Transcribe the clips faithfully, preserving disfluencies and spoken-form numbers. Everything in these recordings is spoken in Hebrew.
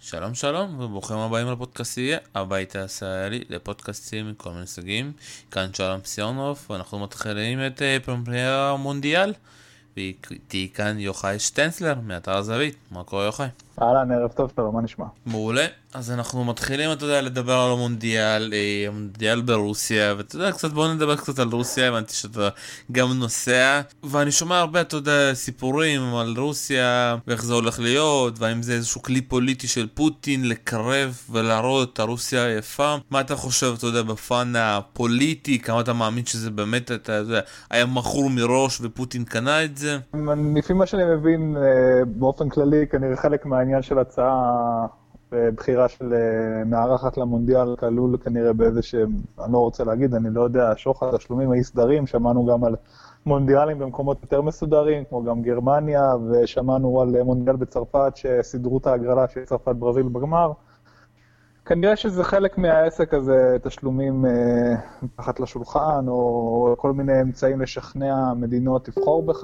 שלום שלום וברוכים הבאים לפודקאסטייה, הבית הישראלי לפודקאסטים מכל מיני סוגים. כאן שלום סיונוב ואנחנו מתחילים את פרמייר המונדיאל, ואיתי כאן יוחאי שטנצלר מאתר הזווית. מה קורה יוחאי? אהלן, ערב טוב שלום, מה נשמע? מעולה. אז אנחנו מתחילים, אתה יודע, לדבר על המונדיאל, אה, המונדיאל ברוסיה, ואתה יודע, קצת בואו נדבר קצת על רוסיה, הבנתי שאתה גם נוסע, ואני שומע הרבה, אתה יודע, סיפורים על רוסיה, ואיך זה הולך להיות, והאם זה איזשהו כלי פוליטי של פוטין לקרב ולהראות את הרוסיה היפה. מה אתה חושב, אתה יודע, בפן הפוליטי, כמה אתה מאמין שזה באמת, אתה יודע, היה מכור מראש ופוטין קנה את זה? לפי מה שאני מבין, באופן כללי, כנראה חלק מהעניין של הצעה בבחירה של מארחת למונדיאל כלול כנראה באיזה שהם, אני לא רוצה להגיד, אני לא יודע, שוחד, תשלומים, אי סדרים, שמענו גם על מונדיאלים במקומות יותר מסודרים, כמו גם גרמניה, ושמענו על מונדיאל בצרפת שסידרו את ההגרלה של צרפת ברזיל בגמר. כנראה שזה חלק מהעסק הזה, תשלומים מתחת לשולחן, או כל מיני אמצעים לשכנע מדינות לבחור בך.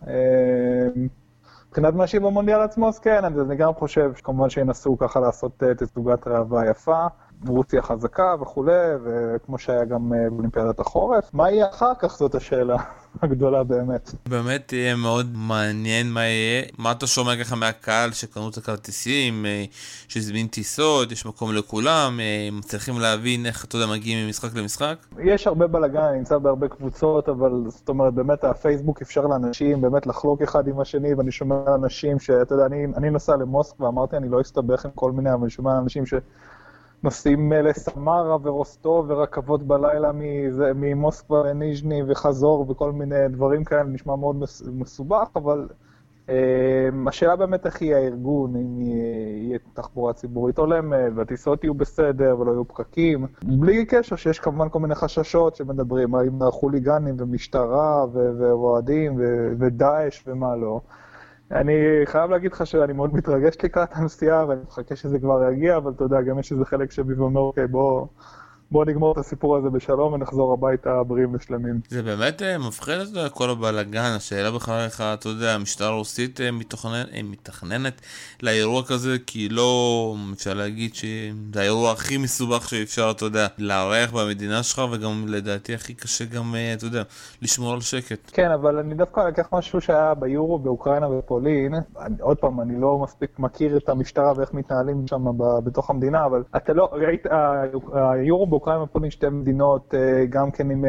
מבחינת מה שהיא במונדיאל עצמו, אז כן, אני גם חושב שכמובן שינסו ככה לעשות תצוגת ראווה יפה, רוסיה חזקה וכו', וכמו שהיה גם באולימפיאדת החורף. מה יהיה אחר כך זאת השאלה הגדולה באמת. באמת יהיה מאוד מעניין מה יהיה. מה אתה שומע ככה מהקהל שקנו את הכרטיסים, שזמין טיסות, יש מקום לכולם, מצליחים להבין איך, אתה יודע, מגיעים ממשחק למשחק? יש הרבה בלגן, אני נמצא בהרבה קבוצות, אבל זאת אומרת, באמת הפייסבוק אפשר לאנשים באמת לחלוק אחד עם השני, ואני שומע אנשים שאתה יודע, אני, אני נוסע למוסקבה, אמרתי, אני לא אסתבך עם כל מיני, אבל אני שומע אנשים ש... נוסעים לסמרה ורוסטוב ורכבות בלילה ממוסקבה לניז'ני וחזור וכל מיני דברים כאלה, נשמע מאוד מסובך, אבל אה, השאלה באמת איך יהיה הארגון, אם יהיה תחבורה ציבורית הולמת והטיסות יהיו בסדר ולא יהיו פקקים, בלי קשר שיש כמובן כל מיני חששות שמדברים, האם חוליגנים ומשטרה ואוהדים ודאעש ומה לא. אני חייב להגיד לך שאני מאוד מתרגש לקראת הנסיעה, ואני מחכה שזה כבר יגיע, אבל אתה יודע, גם יש איזה חלק שבי ואומר, אוקיי, בוא, בוא נגמור את הסיפור הזה בשלום ונחזור הביתה בריאים ושלמים. זה באמת מפחיד, אתה יודע, כל הבלגן. השאלה בכלל איך, אתה יודע, המשטרה הרוסית מתוכננת, מתכננת לאירוע כזה, כי לא, אפשר להגיד שזה האירוע הכי מסובך שאפשר, אתה יודע, לארח במדינה שלך, וגם לדעתי הכי קשה גם, אתה יודע, לשמור על שקט. כן, אבל אני דווקא לקח משהו שהיה ביורו, באוקראינה ופולין. אני, עוד פעם, אני לא מספיק מכיר את המשטרה ואיך מתנהלים שם בתוך המדינה, אבל אתה לא, ראית, היורו באוקראינה ופולין שתי מדינות, גם כן עם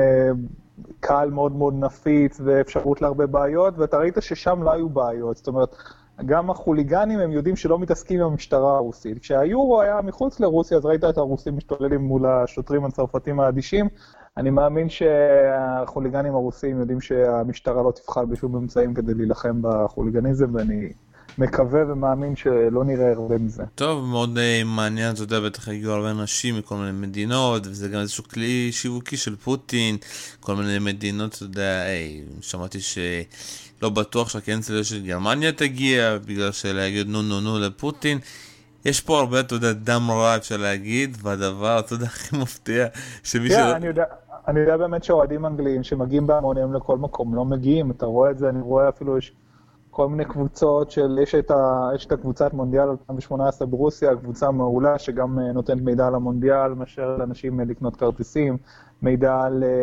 קהל מאוד מאוד נפיץ ואפשרות להרבה בעיות, ואתה ראית ששם לא היו בעיות. זאת אומרת, גם החוליגנים הם יודעים שלא מתעסקים עם המשטרה הרוסית. כשהיורו היה מחוץ לרוסיה, אז ראית את הרוסים משתוללים מול השוטרים הצרפתים האדישים. אני מאמין שהחוליגנים הרוסים יודעים שהמשטרה לא תבחל בשום אמצעים כדי להילחם בחוליגניזם, ואני מקווה ומאמין שלא נראה הרבה מזה. טוב, מאוד uh, מעניין, אתה יודע, בטח הגיעו הרבה אנשים מכל מיני מדינות, וזה גם איזשהו כלי שיווקי של פוטין, כל מיני מדינות, אתה יודע, היי, שמעתי שלא בטוח שהקנצלר של גרמניה תגיע, בגלל שלהגיד נו נו נו לפוטין. יש פה הרבה, אתה יודע, דם רע אפשר להגיד, והדבר, אתה יודע, הכי מפתיע, שמי כן, ש... אני יודע, אני יודע באמת שאוהדים אנגליים שמגיעים בהמונים לכל מקום, לא מגיעים, אתה רואה את זה, אני רואה אפילו יש כל מיני קבוצות של, יש את, ה, יש את הקבוצת מונדיאל אלפיים שמונה עשרה ברוסיה, קבוצה מעולה שגם נותנת מידע על המונדיאל, מאשר לאנשים לקנות כרטיסים, מידע על אה,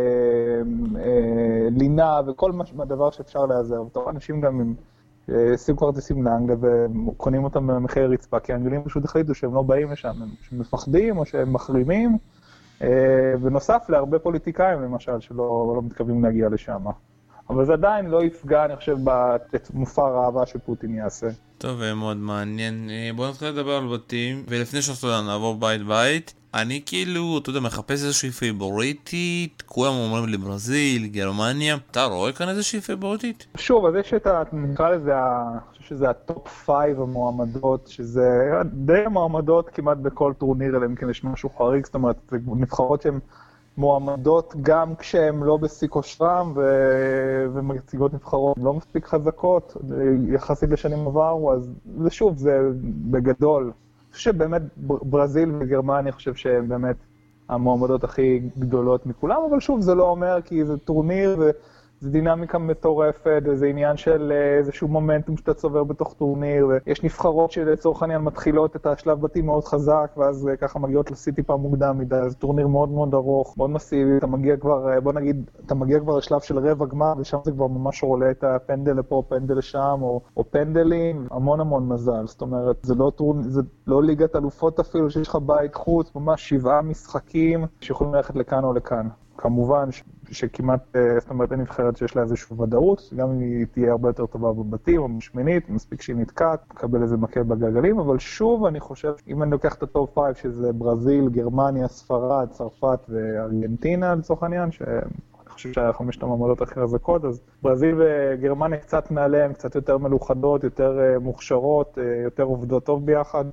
אה, לינה וכל דבר שאפשר לעזר. ואתה רואה אנשים גם עם שימו כרטיסים לאנגליה וקונים אותם במחיר רצפה, כי האנגלים פשוט החליטו שהם לא באים לשם, שהם מפחדים או שהם מחרימים, ונוסף להרבה פוליטיקאים למשל שלא לא מתכוונים להגיע לשם. אבל זה עדיין לא יפגע, אני חושב, במופע האהבה שפוטין יעשה. טוב, מאוד מעניין. בוא נתחיל לדבר על בתים, ולפני שאתה נעבור בית בית, אני כאילו, אתה יודע, מחפש איזושהי פייבוריטית, כולם אומרים לי ברזיל, גרמניה. אתה רואה כאן איזושהי פייבוריטית? שוב, אז יש את ה... נקרא לזה, אני חושב שזה הטופ פייב המועמדות, שזה די המועמדות כמעט בכל טורניר, אלא אם כן יש משהו חריג, זאת אומרת, זה נבחרות שהן מועמדות גם כשהן לא בשיא כושרם, ו... ומציגות נבחרות לא מספיק חזקות, יחסית לשנים עברו, אז זה שוב, זה בגדול. אני חושב שבאמת ברזיל וגרמניה, אני חושב שהן באמת המועמדות הכי גדולות מכולם, אבל שוב, זה לא אומר כי זה טורניר, ו... זה דינמיקה מטורפת, זה עניין של איזשהו מומנטום שאתה צובר בתוך טורניר, ויש נבחרות שלצורך העניין מתחילות את השלב בתים מאוד חזק, ואז ככה מגיעות לסיטי פעם מוקדם מדי, זה טורניר מאוד מאוד ארוך, מאוד מסיבי, אתה מגיע כבר, בוא נגיד, אתה מגיע כבר לשלב של רבע גמר, ושם זה כבר ממש עולה את הפנדל לפה, פנדל לשם, או, או פנדלים, המון המון מזל, זאת אומרת, זה לא טורניר, זה לא ליגת אלופות אפילו, שיש לך בית חוץ, ממש שבעה משחקים שיכולים ללכת לכאן או לכאן. כמובן ש- שכמעט, זאת אומרת, אין נבחרת שיש לה איזושהי ודאות, גם אם היא תהיה הרבה יותר טובה בבתים או בשמינית, מספיק שהיא נתקעת, מקבל איזה מקל בגלגלים, אבל שוב, אני חושב, אם אני לוקח את הטופ חמש, שזה ברזיל, גרמניה, ספרד, צרפת וארגנטינה, לצורך העניין, ש... אני חושב שהחמשת המעמדות הכי חזקות, אז ברזיל וגרמניה קצת מעליהם, קצת יותר מלוכדות, יותר מוכשרות, יותר עובדות טוב ביחד,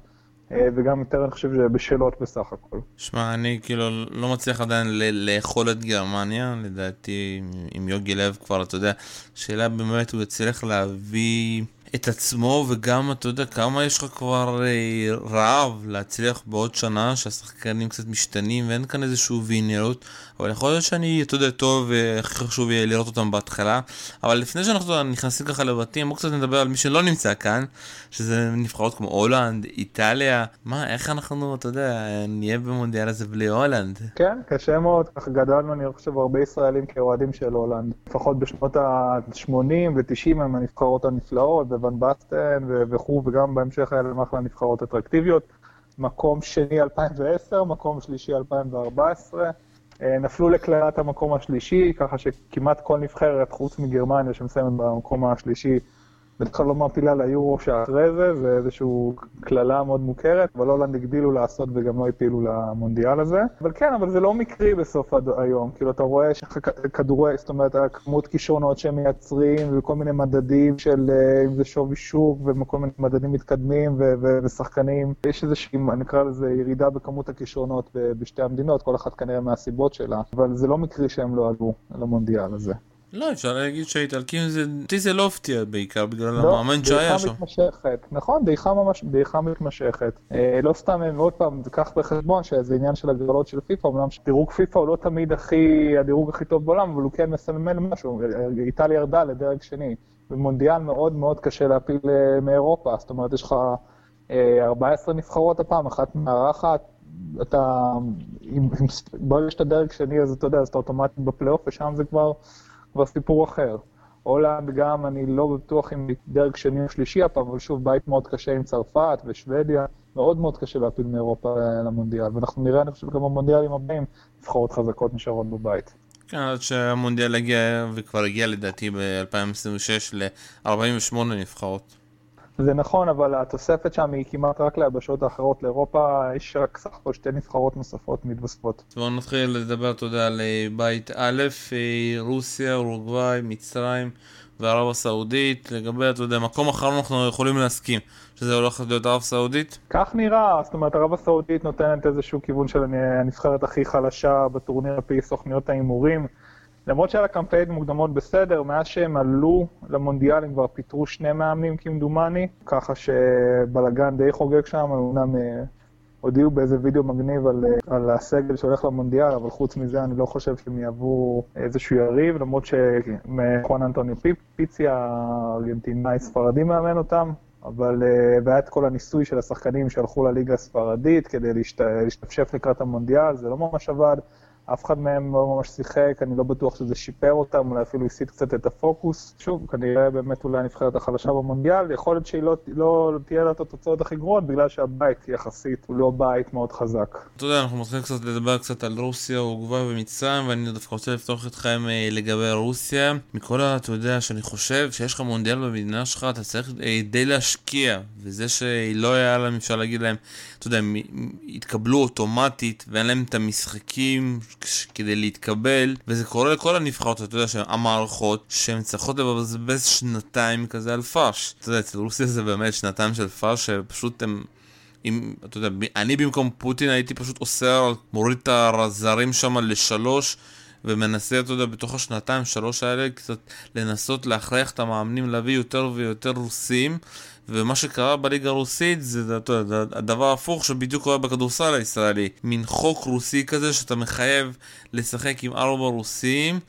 וגם יותר אני חושב שבשאלות בסך הכל. שמע, אני כאילו לא מצליח עדיין ל- לאכול את גרמניה, לדעתי עם יוגי לב כבר, אתה יודע, שאלה באמת הוא יצליח להביא את עצמו, וגם אתה יודע כמה יש לך כבר אה, רעב להצליח בעוד שנה, שהשחקנים קצת משתנים ואין כאן איזשהו ויניות, אבל יכול להיות שאני, אתה יודע, טוב והכי חשוב יהיה לראות אותם בהתחלה, אבל לפני שאנחנו נכנסים ככה לבתים, בואו קצת נדבר על מי שלא נמצא כאן, שזה נבחרות כמו הולנד, איטליה, מה, איך אנחנו, אתה יודע, נהיה במונדיאל הזה בלי הולנד? כן, קשה מאוד, ככה גדלנו, אני חושב, הרבה ישראלים כאוהדים של הולנד, לפחות בשנות ה-שמונים ו-תשעים הם הנבחרות הנפלאות, וואן בסטן וכו', וגם בהמשך היה להם אחלה נבחרות אטרקטיביות, מקום שני אלפיים ועשר, מקום שלישי אלפיים וארבע עשרה, נפלו לכללת המקום השלישי, ככה שכמעט כל נבחרת חוץ מגרמניה שמסיימת במקום השלישי, בדרך כלל לא מעפילה ליורו שאחרי זה, זה איזשהו כללה מאוד מוכרת, אבל הולנד הגדילו לעשות וגם לא הפילו למונדיאל הזה. אבל כן, אבל זה לא מקרי בסוף היום, כאילו אתה רואה שכדורי, זאת אומרת, הכמות כישרונות שהם מייצרים, וכל מיני מדדים של אם זה שווי שוק, וכל מיני מדדים מתקדמים ו- ו- ושחקנים. יש איזושהי, אני אקרא לזה, ירידה בכמות הכישרונות בשתי המדינות, כל אחת כנראה מהסיבות שלה, אבל זה לא מקרי שהם לא עלו למונדיאל הזה. לא, אפשר להגיד שהאיטלקים זה, אותי זה לא הפתיע בעיקר בגלל המאמן שהיה שם. דעיכה מתמשכת, נכון, דעיכה ממש, דעיכה מתמשכת. אה, לא סתם, עוד פעם, תקח בחשבון שזה עניין של הגרלות של פיפה, אומנם שדירוג פיפה הוא לא תמיד הכי, הדירוג הכי טוב בעולם, אבל הוא כן מסמל משהו, איטליה ירדה לדרג שני, במונדיאל מאוד מאוד קשה להפיל מאירופה, זאת אומרת, יש לך אה, ארבע עשרה נבחרות הפעם, אחת מארחת, אתה, אם, אם, ברגע שאתה דרג שני, אז אתה יודע, אז אתה אוטומטית בפלייאוף, ושם זה כבר כבר סיפור אחר. הולנד גם, אני לא בטוח אם דרג שני או שלישי הפעם, אבל שוב, בית מאוד קשה עם צרפת ושוודיה, מאוד מאוד קשה להפיל מאירופה למונדיאל, ואנחנו נראה, אני חושב, גם המונדיאלים הבאים, נבחרות חזקות נשארות בבית. כן, עד שהמונדיאל הגיע, וכבר הגיע לדעתי ב-אלפיים עשרים ושש ל-ארבעים ושמונה נבחרות. זה נכון, אבל התוספת שם היא כמעט רק ליבשות האחרות. לאירופה יש רק סך הכל שתי נבחרות נוספות מתווספות. בואו נתחיל לדבר, תודה, על בית א', רוסיה, אורוגוואי, מצרים וערב הסעודית. לגבי, אתה יודע, מקום אחר אנחנו יכולים להסכים שזה הולך להיות ערב סעודית? כך נראה, זאת אומרת, ערב הסעודית נותנת איזשהו כיוון של הנבחרת הכי חלשה בטורניר על פי סוכניות ההימורים. למרות שהיה לקמפיין מוקדמות בסדר, מאז שהם עלו למונדיאל הם כבר פיתרו שני מאמנים כמדומני, ככה שבלגן די חוגג שם, אומנם הודיעו באיזה וידאו מגניב על, על הסגל שהולך למונדיאל, אבל חוץ מזה אני לא חושב שהם יעבו איזשהו יריב, למרות שחואן אנטוני פיצי, הארגנטינאי ספרדי מאמן אותם, אבל והיה את כל הניסוי של השחקנים שהלכו לליגה הספרדית כדי להשת, להשתפשף לקראת המונדיאל, זה לא ממש עבד. אף אחד מהם לא ממש שיחק, אני לא בטוח שזה שיפר אותם, אולי אפילו הסיט קצת את הפוקוס. שוב, כנראה באמת אולי הנבחרת החלשה במונדיאל, יכול להיות שהיא לא, לא תהיה לה את התוצאות הכי גרועות, בגלל שהבית יחסית הוא לא בית מאוד חזק. אתה יודע, אנחנו מתחילים קצת לדבר קצת על רוסיה, אורוגוואי ומצרים, ואני דווקא רוצה לפתוח אתכם לגבי רוסיה. מכל אתה יודע שאני חושב שיש לך מונדיאל במדינה שלך, אתה צריך די להשקיע, וזה שלא היה להם, אפשר להגיד להם, אתה יודע, התקבלו אוטומטית, ואין להם את המשחקים כדי להתקבל, וזה קורה לכל הנבחרות, אתה יודע, המערכות שהן צריכות לבזבז שנתיים כזה על פאש. אתה יודע, אצל רוסיה זה באמת שנתיים של פאש, שפשוט הם, אם, אתה יודע, אני במקום פוטין הייתי פשוט אוסר, מוריד את הרזרים שם לשלוש, ומנסה, אתה יודע, בתוך השנתיים, שלוש האלה, קצת לנסות להכריח את המאמנים להביא יותר ויותר רוסים, ומה שקרה בליגה הרוסית זה הדבר ההפוך שבדיוק קורה בכדורסל הישראלי, מין חוק רוסי כזה שאתה מחייב לשחק עם ארבע רוסים,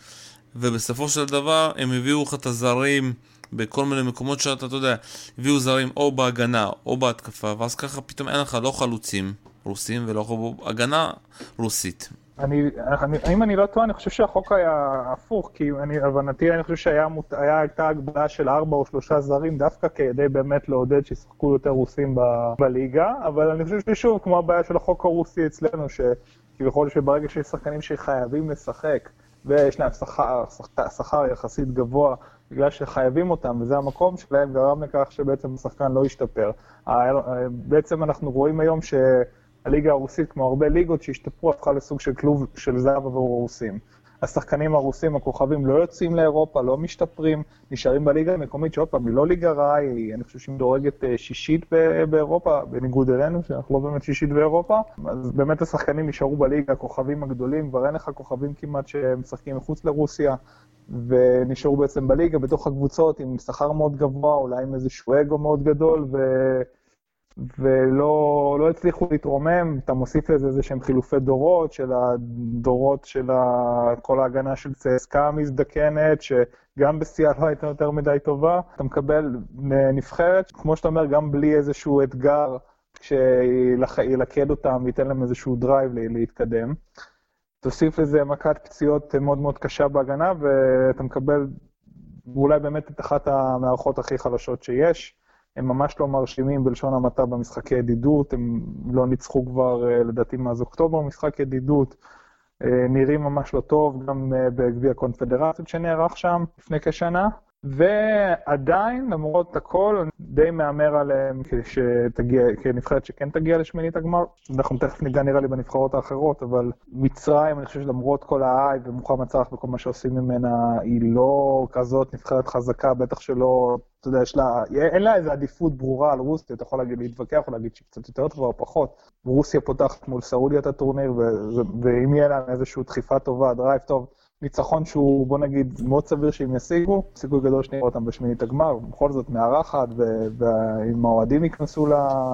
ובסופו של דבר הם הביאו לך את הזרים בכל מיני מקומות שאתה, אתה יודע, הביאו זרים או בהגנה או בהתקפה, ואז ככה פתאום אין לך לא חלוצים רוסים ולא הגנה רוסית. אני, אני, אם אני לא טועה, אני חושב שהחוק היה הפוך, כי אני, הבנתי, אני חושב שהיה, היה, הייתה הגבלה של ארבע או שלושה זרים, דווקא כדי באמת לעודד שישחקו יותר רוסים ב, בליגה, אבל אני חושב ששוב, כמו הבעיה של החוק הרוסי אצלנו, שכביכול שברגע שיש שחקנים שחייבים לשחק, ויש להם שכר, שכר יחסית גבוה, בגלל שחייבים אותם, וזה המקום שלהם גרם לכך שבעצם השחקן לא ישתפר. בעצם אנחנו רואים היום ש... הליגה הרוסית, כמו הרבה ליגות שהשתפרו, הפכה לסוג של כלוב של זהב עבור הרוסים. השחקנים הרוסים, הכוכבים, לא יוצאים לאירופה, לא משתפרים, נשארים בליגה המקומית, שעוד פעם, היא לא ליגה רעה, היא, אני חושב שהיא מדורגת שישית באירופה, בניגוד אלינו, שאנחנו לא באמת שישית באירופה. אז באמת השחקנים נשארו בליגה, הכוכבים הגדולים, כבר אין לך כוכבים כמעט שמשחקים מחוץ לרוסיה, ונשארו בעצם בליגה, בתוך הקבוצות, עם שכר מאוד גבוה, אולי עם איזשהו אגו מאוד גדול, ו... ולא לא הצליחו להתרומם. אתה מוסיף לזה איזה שהם חילופי דורות, של הדורות של כל ההגנה של צסקה המזדקנת, שגם בשיאה לא הייתה יותר מדי טובה. אתה מקבל נבחרת, כמו שאתה אומר, גם בלי איזשהו אתגר, שילכד אותם וייתן להם איזשהו דרייב להתקדם. תוסיף לזה מכת פציעות מאוד מאוד קשה בהגנה, ואתה מקבל אולי באמת את אחת המערכות הכי חלשות שיש. הם ממש לא מרשימים בלשון המעטה במשחקי ידידות, הם לא ניצחו כבר לדעתי מאז אוקטובר משחק ידידות, נראים ממש לא טוב, גם בגביע הקונפדרציות שנערך שם לפני כשנה, ועדיין למרות הכל די מאמר עליהם שתגיע, כנבחרת שכן תגיע לשמינית הגמר. אנחנו תכף ניגע נראה לי בנבחרות האחרות, אבל מצרים אני חושב שלמרות כל האי ומוחמד סלאח וכל מה שעושים ממנה, היא לא כזאת נבחרת חזקה, בטח שלא, אתה יודע, יש לה, אין לה איזו עדיפות ברורה על רוסיה, אתה יכול להגיד, להתווכח או להגיד שהיא קצת יותר טובה או פחות. רוסיה פותחת מול סעודיה את הטורניר, ואם יהיה להם איזושהי דחיפה טובה, דרייב טוב, ניצחון שהוא, בוא נגיד, מאוד סביר שהם ישיגו, סיכוי גדול שנראה אותם בשמינית הגמר, בכל זאת מארחת, ואם האוהדים ייכנסו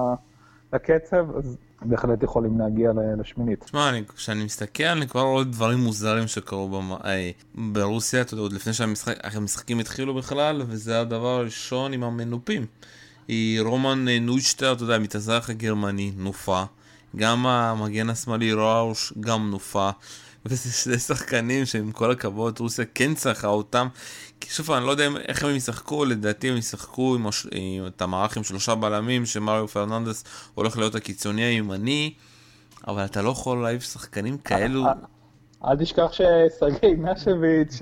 לקצב, אז בהחלט יכולים להגיע לשמינית. תשמע, כשאני מסתכל, אני כבר רואה דברים מוזרים שקרו ברוסיה, אתה יודע, עוד לפני שהמשחקים התחילו בכלל, וזה הדבר הראשון עם המנופים. רומן נוישטר, אתה יודע, מתאזרח הגרמני, נופה. גם המגן השמאלי ראוש, גם נופה. וזה שני שחקנים שעם כל הכבוד רוסיה כן צריכה אותם, כי שוב אני לא יודע איך הם ישחקו, לדעתי הם ישחקו עם, הש... עם את המערך עם שלושה בלמים שמריו פרננדס הולך להיות הקיצוני הימני, אבל אתה לא יכול להעיף שחקנים כאלו. אל תשכח שסרגי נשביץ'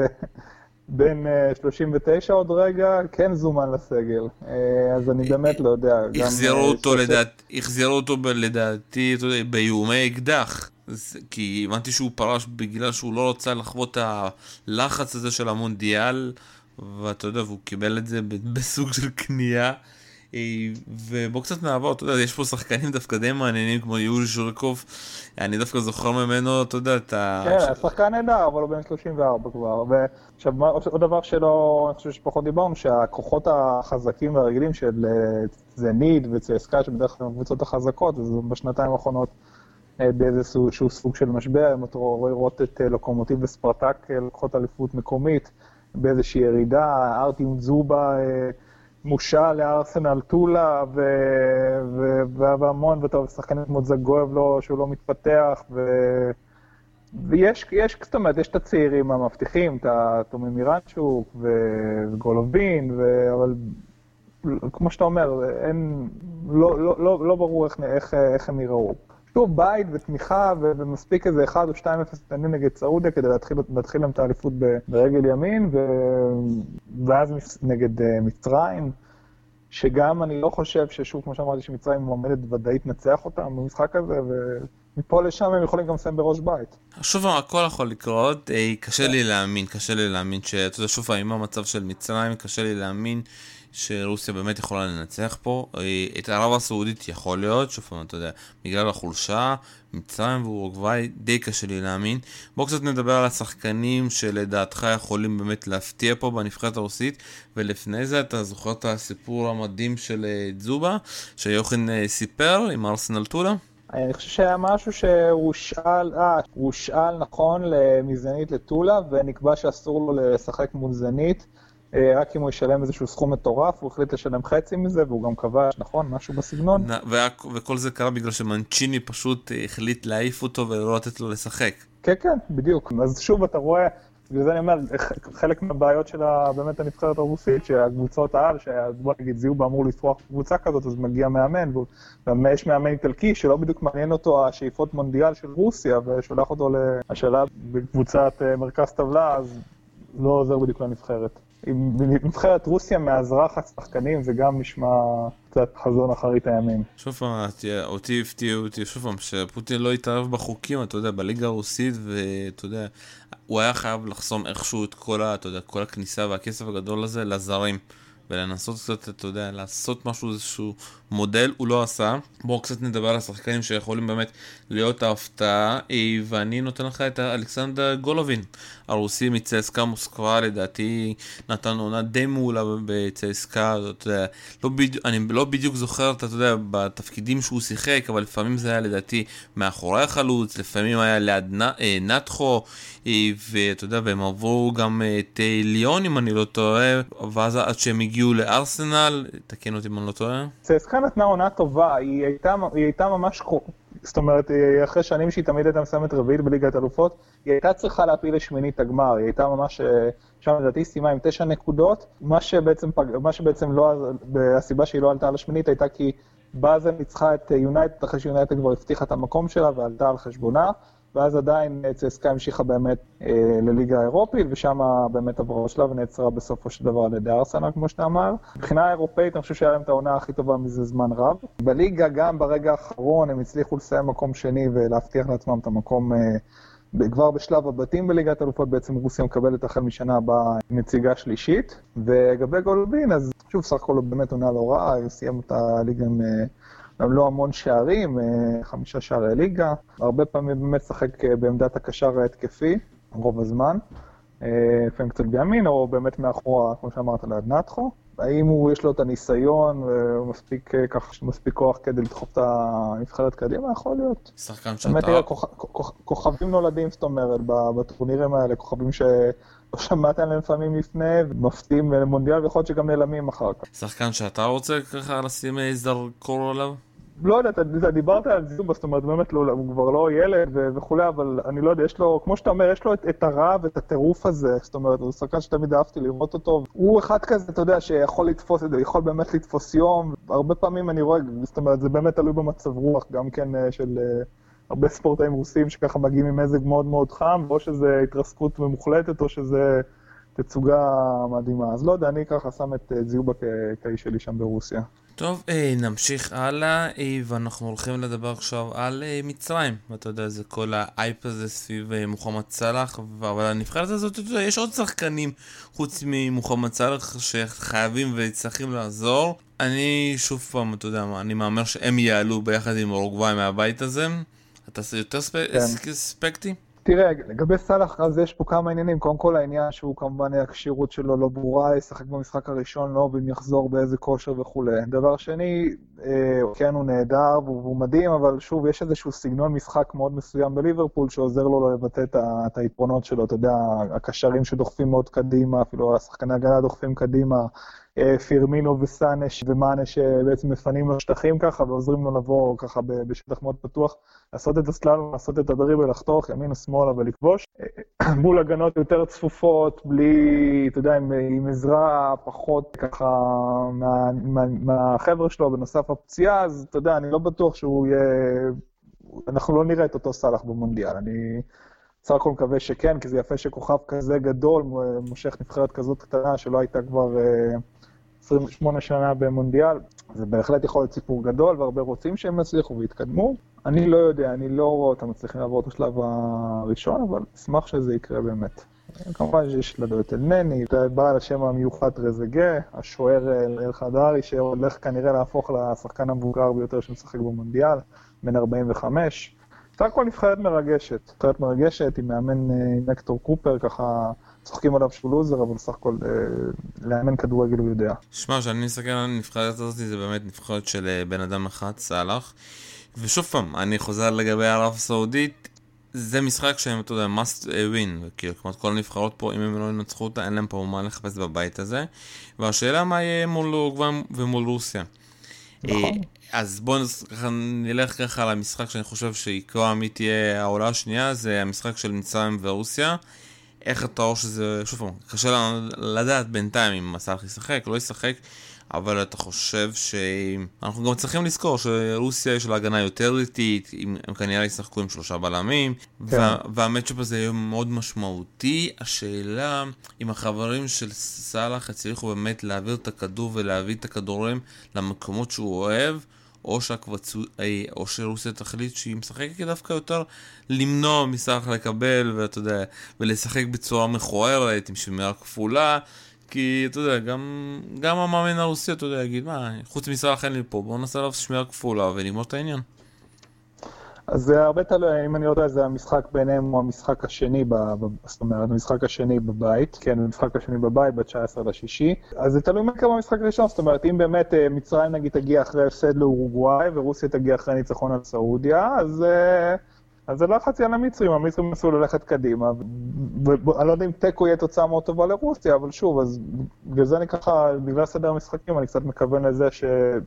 בין שלושים ותשע עוד רגע כן זומן לסגל, אז אני באמת לא יודע. החזירו אותו לדעתי, החזירו אותו לדעתי באיומי אקדח, כי הבנתי שהוא פרש בגלל שהוא לא רוצה לחוות את הלחץ הזה של המונדיאל, ואתה יודע, והוא קיבל את זה בסוג של קנייה. ובוא קצת נעבור, אתה יודע, יש פה שחקנים דווקא די מעניינים כמו יורי שורקוב, אני דווקא זוכר ממנו, אתה יודע, את ה... כן, השחקן נהדר, אבל הוא בן שלושים וארבע כבר, ועכשיו, עוד דבר שלא, אני חושב שפחות דיברנו, שהכוחות החזקים והרגילים של זנית וצסקה, שבדרך כלל הקבוצות החזקות, אז בשנתיים האחרונות באיזשהו סוג של משבר, אם אתה רואה לראות את לוקומוטיב וספרטק, לקוחות אליפות מקומית, באיזושהי ירידה, ארטים זובה, מושל לארסנל טולה והמון, ואתה שחקנים כמו זגואב לו, שהוא לא מתפתח, ויש, יש, זאת אומרת, יש את הצעירים המבטיחים, את התומי מירנצ'וק וגולובין, אבל כמו שאתה אומר, אין, לא, לא, לא, לא ברור איך, איך, איך הם יראו. שוב בית ותמיכה ומספיק איזה אחד או שתיים אפס קטנים נגד סעודיה כדי להתחיל, להתחיל להם את האליפות ברגל ימין, ו... ואז נגד מצרים, שגם אני לא חושב ששוב, כמו שאמרתי, שמצרים מועמדת ודאית נצח אותם במשחק הזה, ומפה לשם הם יכולים גם לסיים בראש בית. שוב, הכל יכול לקרות, קשה לי להאמין, קשה לי להאמין, שאתה יודע, שוב, עם המצב של מצרים, קשה לי להאמין שרוסיה באמת יכולה לנצח פה. את ערב הסעודית יכול להיות, שוב פעם, אתה יודע, בגלל החולשה, מצרים ואורוגוואי, די קשה לי להאמין. בואו קצת נדבר על השחקנים שלדעתך יכולים באמת להפתיע פה בנבחרת הרוסית, ולפני זה אתה זוכר את הסיפור המדהים של זובה, שיוחן סיפר עם ארסנל טולה? אני חושב שהיה משהו שהוא שאל, אה, הוא שאל נכון למזנית לטולה, ונקבע שאסור לו לשחק מול זנית, רק אם הוא ישלם איזשהו סכום מטורף, הוא החליט לשלם חצי מזה, והוא גם כבש, נכון? משהו בסגנון. וכל זה קרה בגלל שמנצ'יני פשוט החליט להעיף אותו ולא לתת לו לשחק. כן, כן, בדיוק. אז שוב אתה רואה, בגלל זה אני אומר, חלק מהבעיות של באמת הנבחרת הרוסית, שהקבוצות העל, שבוא נגיד זיובה אמור לפרוח קבוצה כזאת, אז מגיע מאמן, ויש מאמן איטלקי שלא בדיוק מעניין אותו השאיפות מונדיאל של רוסיה, ושולח אותו להשאלה בקבוצת מרכז טבלה, אז לא עוזר בדיוק לנבחרת. נבחרת רוסיה מהזרחת שחקנים, זה גם נשמע קצת חזון אחרית הימים. שוב פעם, אותי הפתיע אותי, שוב פעם, שפוטין לא התערב בחוקים, אתה יודע, בליגה הרוסית, ואתה יודע, הוא היה חייב לחסום איכשהו את כל, אתה יודע, כל הכניסה והכסף הגדול הזה לזרים, ולנסות קצת, אתה יודע, לעשות משהו, איזשהו מודל, הוא לא עשה. בואו קצת נדבר על השחקנים שיכולים באמת להיות ההפתעה, ואני נותן לך את אלכסנדר גולובין, הרוסי מצסקה מוסקבה, לדעתי נתן עונה די מעולה בצסקה, אתה יודע, לא בדיוק, אני לא בדיוק זוכר, אתה יודע, בתפקידים שהוא שיחק, אבל לפעמים זה היה לדעתי מאחורי החלוץ, לפעמים היה ליד נתחו, ואתה יודע, והם עברו גם את ליון, אם אני לא טועה, ואז עד שהם הגיעו לארסנל, תקן אותי אם אני לא טועה. צסקה נתנה עונה טובה, היא הייתה, היא הייתה ממש, זאת אומרת, אחרי שנים שהיא תמיד הייתה מסיימת רביעית בליגת אלופות, היא הייתה צריכה להפיל לשמינית הגמר, היא הייתה ממש, שם לדעתי סיימה עם תשע נקודות, מה שבעצם, מה שבעצם לא, הסיבה שהיא לא עלתה על השמינית הייתה כי באזל ניצחה את יונייטד, אחרי שיונייטד כבר הבטיחה את המקום שלה ועלתה על חשבונה, ואז עדיין צסקה המשיכה באמת אה, לליגה האירופית, ושם באמת עברה שלב ונעצרה בסופו של דבר על ידי ארסנל, כמו שאתה אמר. מבחינה האירופאית, אני חושב שהיה להם את העונה הכי טובה מזה זמן רב. בליגה, גם ברגע האחרון, הם הצליחו לסיים מקום שני ולהבטיח לעצמם את המקום, אה, כבר בשלב הבתים בליגת האלופות, בעצם רוסיה מקבלת החל משנה הבאה נציגה שלישית. וגבי גולובין, אז שוב, סך הכל באמת עונה לא רעה, הוא סיים את הליגה עם... אה, הם לא המון שערים, חמישה שערי ליגה, הרבה פעמים באמת שחק בעמדת הקשר ההתקפי, רוב הזמן, לפעמים קצת בימין, או באמת מאחורה, כמו שאמרת, ליד נתחו. האם הוא יש לו את הניסיון, והוא מספיק ככה, מספיק כוח כדי לדחוף את הנבחרת קדימה, יכול להיות. שחקן שאתה... באמת יהיה כוכבים נולדים, זאת אומרת, בטורנירים האלה, כוכבים ש... לא שמעת עליהם לפעמים לפני, ומפתיעים למונדיאל, ויכול להיות שגם נעלמים אחר כך. שחקן שאתה רוצה ככה לשים זרקור עליו? לא יודע, אתה דיברת על זיובה, זאת אומרת, באמת הוא כבר לא ילד וכולי, אבל אני לא יודע, יש לו, כמו שאתה אומר, יש לו את הרעב ואת הטירוף הזה, זאת אומרת, הוא שחקן שתמיד אהבתי לראות אותו. הוא אחד כזה, אתה יודע, שיכול לתפוס את זה, יכול באמת לתפוס יום, הרבה פעמים אני רואה, זאת אומרת, זה באמת תלוי במצב רוח, גם כן של... הרבה ספורטאים רוסים שככה מגיעים עם מזג מאוד מאוד חם, או שזה התרסקות ממוחלטת, או שזה תצוגה מדהימה. אז לא יודע, אני ככה שם את זיובה כאיש שלי שם ברוסיה. טוב, נמשיך הלאה, ואנחנו הולכים לדבר עכשיו על מצרים. ואתה יודע, זה כל האייפ הזה סביב מוחמד סלאח, אבל הנבחרת הזאת, אתה יודע, יש עוד שחקנים חוץ ממוחמד סלאח שחייבים וצריכים לעזור. אני שוב פעם, אתה יודע, אני מאמר שהם יעלו ביחד עם אורוגוואי מהבית הזה. אתה עושה יותר ספקטי? תראה, לגבי סלאח, אז יש פה כמה עניינים. קודם כל העניין שהוא כמובן הקשירות שלו לא ברורה, ישחק במשחק הראשון, לא, ואם יחזור באיזה כושר וכו'. דבר שני, כן, הוא נהדר והוא מדהים, אבל שוב, יש איזשהו סגנון משחק מאוד מסוים בליברפול, שעוזר לו לבטא את היתרונות שלו. אתה יודע, הקשרים שדוחפים מאוד קדימה, אפילו השחקני הגנה דוחפים קדימה, פירמינו וסאנש ומאנה שבעצם מפנים לו שטחים ככה ועוזרים לו לבוא ככה בשטח מאוד פתוח, לעשות את הסללום, לעשות את הדריבל, לחתוך ימין או שמאלה ולכבוש. מול הגנות יותר צפופות, בלי, אתה יודע, עם, עם עזרה פחות ככה מה, מה, מהחבר'ה שלו בנוסף הפציעה, אז אתה יודע, אני לא בטוח שהוא יהיה, אנחנו לא נראה את אותו סלאח במונדיאל, אני... סך הכל מקווה שכן, כי זה יפה שכוכב כזה גדול, מושך נבחרת כזאת קטנה שלא הייתה כבר עשרים ושמונה שנה במונדיאל. זה בהחלט יכול להיות סיפור גדול, והרבה רוצים שהם יצליחו ויתקדמו. אני לא יודע, אני לא רואה אותם מצליחים לעבור את השלב הראשון, אבל אשמח שזה יקרה באמת. כמובן שיש לדו את אלנני, בעל השם המיוחד רזגה, השוער אל חדרי, שהולך כנראה להפוך לשחקן המבוגר ביותר שמשחק במונדיאל, בן ארבעים וחמש. סך הכל נבחרת מרגשת, נבחרת מרגשת עם מאמן נקטור קופר, ככה צוחקים עליו שהוא לוזר, אבל סך הכל לאמן כדורגל הוא יודע. שמע, שאני נסתכל על הנבחרת הזאת, זה באמת נבחרת של בן אדם אחד, סלאח, ושוב פעם, אני חוזר לגבי ערב הסעודית, זה משחק שהם, אתה יודע, must win, כאילו, כמעט כל הנבחרות פה, אם הם לא ינצחו אותה, אין להם פה מה לחפש בבית הזה, והשאלה מה יהיה מול אורוגוואי ומול רוסיה. נכון. אז בואו נלך ככה למשחק שאני חושב שיקרא מי תהיה העולה השנייה, זה המשחק של מצרים ורוסיה. איך אתה רואה שזה, שוב פעם, קשה לנו לדעת בינתיים אם סאלח ישחק, לא ישחק, אבל אתה חושב שאנחנו גם צריכים לזכור שרוסיה יש לה הגנה יותר איטית, הם כנראה ישחקו עם שלושה בלמים, כן. וה, והמאצ'אפ הזה יהיה מאוד משמעותי. השאלה אם החברים של סאלח הצליחו באמת להעביר את הכדור ולהביא את הכדורים למקומות שהוא אוהב, או שהקבוצה, או שרוסיה תחליט שהיא משחקת דווקא יותר למנוע מסאלח לקבל, ואתה יודע, ולשחק בצורה מכוערת עם שמירה כפולה, כי אתה יודע, גם, גם המאמן הרוסי, אתה יודע, יגיד, מה, חוץ מסאלח אין לי פה, בואו נעשה עליו שמירה כפולה ונגמור את העניין. אז זה הרבה תלוי, אם אני יודע, זה המשחק ביניהם הוא המשחק השני, ב, ב, זאת אומרת, המשחק השני בבית, כן, המשחק השני בבית, ב-תשעה עשר לשישי, אז זה תלוי מה קרה במשחק הראשון, זאת אומרת, אם באמת מצרים נגיד תגיע אחרי הפסד לאורוגוואי, ורוסיה תגיע אחרי ניצחון על סעודיה, אז, אז זה לא חצי על המצרים, המצרים נסו ללכת קדימה, ואני לא יודע אם טקו יהיה תוצאה מאוד טובה לרוסיה, אבל שוב, אז בגלל זה אני ככה, בגלל סדר המשחקים, אני קצת מכוון לזה ש...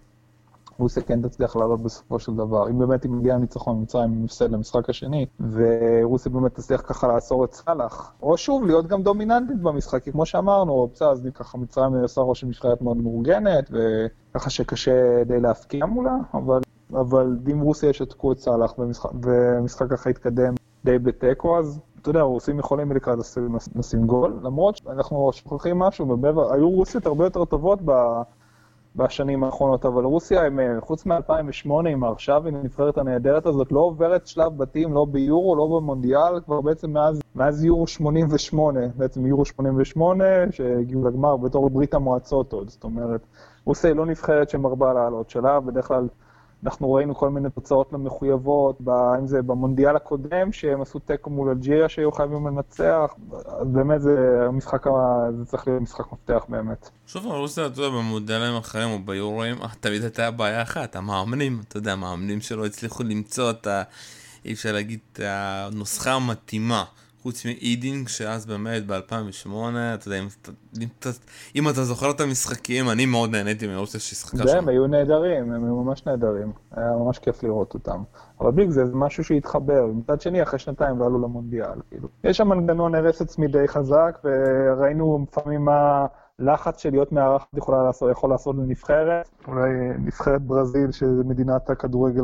רוסיה כן תצליח לעלות בסופו של דבר. אם באמת היא מגיעה ניצחון מצרים עם הפסד למשחק השני, ורוסיה באמת תצליח ככה לעצור את סאלח. או שוב, להיות גם דומיננטית במשחק, כי כמו שאמרנו, אופציה, אז ככה מצרים עושה ראש של משחקת מאוד מאורגנת, וככה שקשה די להפקיע מולה, אבל, אבל אם רוסיה ישתקו את סאלח, ומשחק, ומשחק ככה יתקדם די בטקו, אז אתה יודע, רוסים יכולים לקראת לשים גול, למרות שאנחנו שוכחים משהו, בבבר, היו רוסיות הרבה יותר טובות ב... בשנים האחרונות, אבל רוסיה, הם, חוץ מ-אלפיים ושמונה, עם עכשיו, עם הנבחרת הנהדרת הזאת, לא עוברת שלב בתים, לא ביורו, לא במונדיאל, כבר בעצם מאז, מאז יורו שמונים ושמונה, בעצם יורו שמונים ושמונה, שהגיעו לגמר בתור ברית המועצות עוד, זאת אומרת, רוסיה היא לא נבחרת שמרבה לעלות שלה, בדרך כלל אנחנו ראינו כל מיני תוצאות לא מחויבות, אם זה במונדיאל הקודם, שהם עשו טקו מול אלג'יריה שהיו חייבים לנצח, באמת זה המשחק, זה צריך להיות משחק מפתח באמת. שוב, רוסיה, אתה יודע, במונדיאלים אחרים או ביורואים, תמיד הייתה בעיה אחת, המאמנים, אתה יודע, המאמנים שלא הצליחו למצוא את ה... אי אפשר להגיד, הנוסחה המתאימה. חוץ מאידינג, שאז באמת ב-אלפיים ושמונה, אתה יודע, אם אתה, אם אתה, אם אתה זוכר את המשחקים, אני מאוד נהניתי מרוסיה ששחקה שם. הם היו נהדרים, הם היו ממש נהדרים. היה ממש כיף לראות אותם. אבל ביג זה משהו שהתחבר. מצד שני, אחרי שנתיים לא עלו למונדיאל. כאילו. יש שם מנגנון הרס עצמי די חזק, וראינו לפעמים מה לחץ של להיות מארחת יכולה לעשות, יכול לעשות לנבחרת. אולי נבחרת ברזיל, שזה מדינת הכדורגל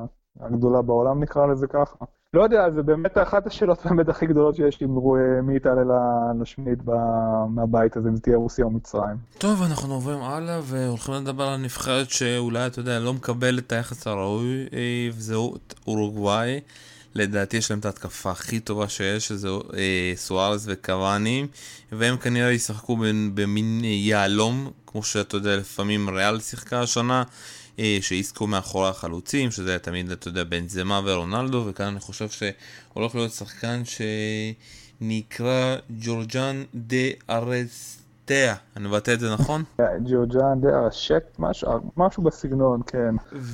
הגדולה בעולם, נקרא לזה ככה. לא יודע, זה באמת אחת השאלות באמת הכי גדולות שיש לי, מי יתעלה לשמינית מהבית הזה, אם זה תהיה רוסיה או מצרים. טוב, אנחנו עוברים הלאה והולכים לדבר על הנבחרת שאולי, אתה יודע, לא מקבל את היחס הראוי, וזהו אורוגוואי. לדעתי יש להם את ההתקפה הכי טובה שיש, שזה סוארס וקוואני, והם כנראה ישחקו במין יעלום, כמו שאתה יודע, לפעמים ריאל שיחקה השנה, שיסקו מאחורי החלוצים, שזה תמיד, אתה יודע, בנזמה ורונלדו, וכאן אני חושב שהולך להיות שחקן שנקרא ג'ורג'אן דה ארסטיה, אני מבטא את זה נכון? ג'ורג'אן דה ארשט, משהו בסגנון, כן.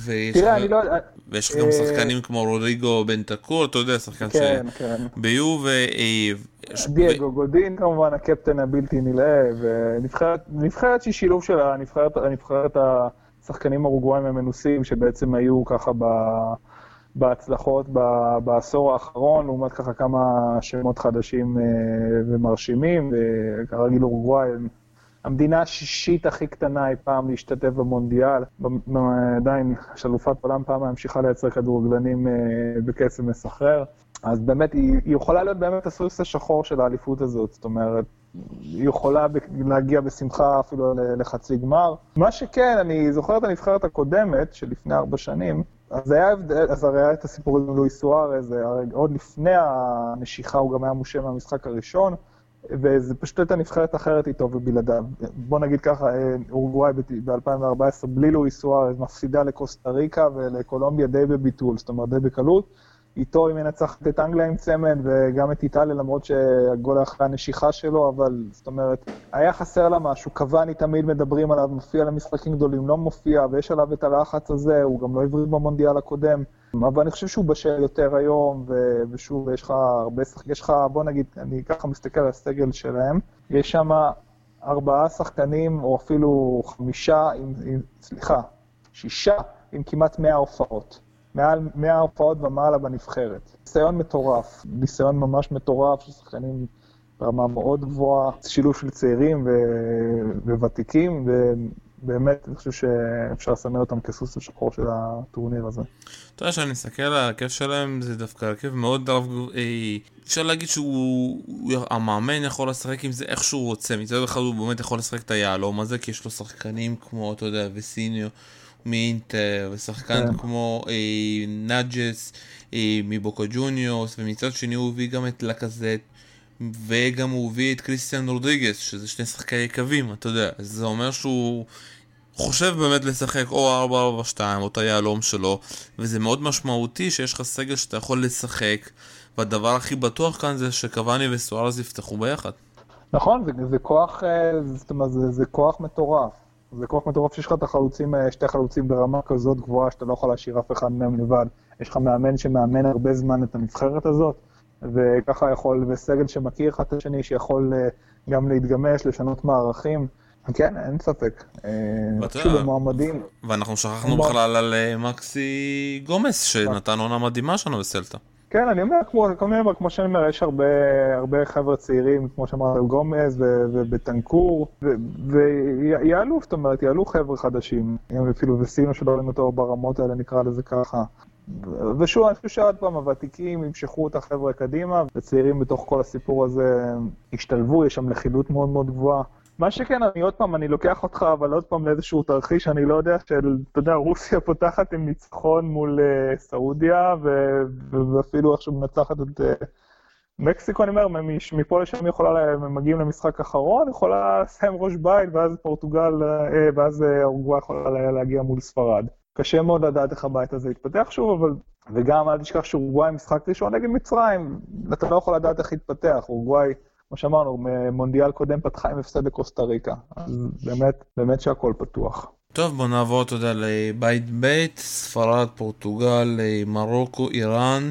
ויש גם שחקנים כמו רודריגו בנטקור, אתה יודע, שחקן שביו ו... דייגו גודין כמובן, הקפטן הבלתי נלאה, ונבחרת שהיא שילוב של הנבחרת ה... שחקנים אורוגוואיים המנוסים שבעצם היו ככה בהצלחות בעשור האחרון, לעומת ככה כמה שמות חדשים ומרשימים, וכרגיל אורוגוואי, המדינה השישית הכי קטנה היא פעם להשתתף במונדיאל, עדיין שלופת עולם פעם המשיכה לייצר כדורגלנים בקצב מסחרר, אז באמת היא יכולה להיות באמת הסוס השחור של האליפות הזאת, זאת אומרת, היא יכולה להגיע בשמחה אפילו לחצי גמר. מה שכן, אני זוכר את הנבחרת הקודמת, שלפני ארבע שנים, אז היה, אז הרי היה את הסיפור עם לואיס סוארז, עוד לפני הנשיכה הוא גם היה מושם מהמשחק הראשון, וזה פשוט הייתה נבחרת אחרת איתו ובלעדיו. בוא נגיד ככה, אורוגוואי ב-אלפיים וארבע עשרה בלי לואיס סוארז מפסידה לקוסטה ריקה ולקולומביה די בביטול, זאת אומרת די בקלות, איתו היא מנצחת את אנגליה עם צמד, וגם את איטליה, למרות שהגול אחרי הנשיכה שלו, אבל זאת אומרת, היה חסר לה משהו, קוואני תמיד מדברים עליו, מופיע למשחקים גדולים, לא מופיע, ויש עליו את הלחץ הזה, הוא גם לא הבריד במונדיאל הקודם, אבל אני חושב שהוא בשל יותר היום, ו- ושוב, יש לך הרבה שחק... יש לך, בוא נגיד, אני ככה מסתכל על הסגל שלהם, יש שם ארבעה שחקנים, או אפילו חמישה, עם, עם, סליחה, שישה, עם כמעט מאה הופעות. מעל מאה הופעות ומעלה בנבחרת. ניסיון מטורף, ניסיון ממש מטורף, של שחקנים ברמה מאוד גבוהה, שילוב של צעירים ו- וותיקים, ובאמת אני חושב שאפשר לסמן אותם כסוס השחור של הטורניר הזה. אתה יודע שאני מסתכל על הרכב שלהם, זה דווקא הרכב מאוד רב, אפשר להגיד שהוא, המאמן יכול לשחק עם זה איך שהוא רוצה, מצד אחד הוא באמת יכול לשחק את היעלום הזה, כי יש לו שחקנים כמו, אתה יודע, וסיניו, מאינטר, ושחקן כן. כמו אה, נאג'ס אה, מבוקה ג'וניורס, ומצד שני הוא הביא גם את לקזט, וגם הוא הביא את קריסטיאן רודריגס, שזה שני שחקי קווים, אתה יודע, אז זה אומר שהוא חושב באמת לשחק או ארבע ארבע שתיים, או את היעלום שלו, וזה מאוד משמעותי שיש לך סגל שאתה יכול לשחק, והדבר הכי בטוח כאן זה שקוואני וסוארז יפתחו ביחד. נכון, זה, זה כוח, זאת אומרת, זה, זה כוח מטורף. זה כוח מטורף שיש לך את החלוצים, שתי חלוצים ברמה כזאת גבוהה, שאתה לא יכול להשאיר אף אחד מהם לבד. יש לך מאמן שמאמן הרבה זמן את הנבחרת הזאת, וככה יכול, וסגל שמכיר אחד את השני, שיכול גם להתגמש, לשנות מערכים. כן, אין ספק. פשוט במועמדים. ואנחנו שכחנו בכלל על מקסי גומס, שנתן עונה מדהימה שלנו בסלטה. כן, אני אומר, כמו, כמו, כמו שאני אומר, יש הרבה, הרבה חבר'ה צעירים, כמו שאמרת, גומז ובטנקור, ויעלו, זאת אומרת, יעלו חבר'ה חדשים, אפילו וסינו שלא עולים אותו ברמות האלה, נקרא לזה ככה. ושוב, אני חושב שעד פעם הוותיקים ימשכו את החבר'ה קדימה, וצעירים בתוך כל הסיפור הזה השתלבו, יש שם לכידות מאוד מאוד גבוהה. מה שכן, אני עוד פעם, אני לוקח אותך, אבל עוד פעם לאיזשהו תרחיש, אני לא יודע, של, אתה יודע, רוסיה פותחת עם ניצחון מול uh, סעודיה, ו- ואפילו איכשהו מנצחת את uh, מקסיקו, אני אומר, מפה לשם יכולה, הם מגיעים למשחק אחרון, יכולה לסיים ראש בית, ואז פורטוגל, uh, ואז uh, אורוגוואי יכולה להגיע מול ספרד. קשה מאוד לדעת איך הבית הזה יתפתח שוב, אבל, וגם אל תשכח שאורוגוואי משחק ראשון נגד מצרים, אתה לא יכול לדעת איך יתפתח, אורוגוואי, כמו שאמרנו, מונדיאל קודם פתחה עם הפסד לקוסטה ריקה, אז באמת, באמת שהכל פתוח. טוב, בוא נעבור, אתה יודע, לבית בית, ספרד, פורטוגל, מרוקו, איראן,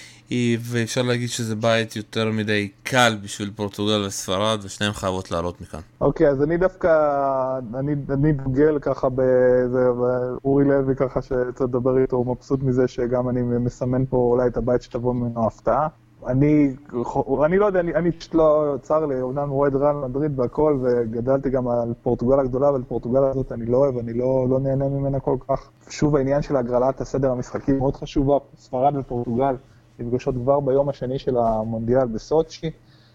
ואפשר להגיד שזה בית יותר מדי קל בשביל פורטוגל וספרד, ושניהם חייבות לעלות מכאן. אוקיי, אז אני דווקא, אני, אני דוגל ככה בזה, אורי לוי ככה שצריך לדבר איתו, הוא מבסוט מזה שגם אני מסמן פה אולי את הבית שתבוא ממנו הפתעה. אני, אני לא יודע, אני, אני פשוט לא צר לי, אומנם רועד ריאל מדריד והכל, וגדלתי גם על פורטוגל הגדולה, אבל פורטוגל הזאת אני לא אוהב, אני לא, לא נהנה ממנה כל כך. שוב, העניין של הגרלת הסדר המשחקי מאוד חשובה, ספרד ופורטוגל נפגשות כבר ביום השני של המונדיאל בסוצ'י,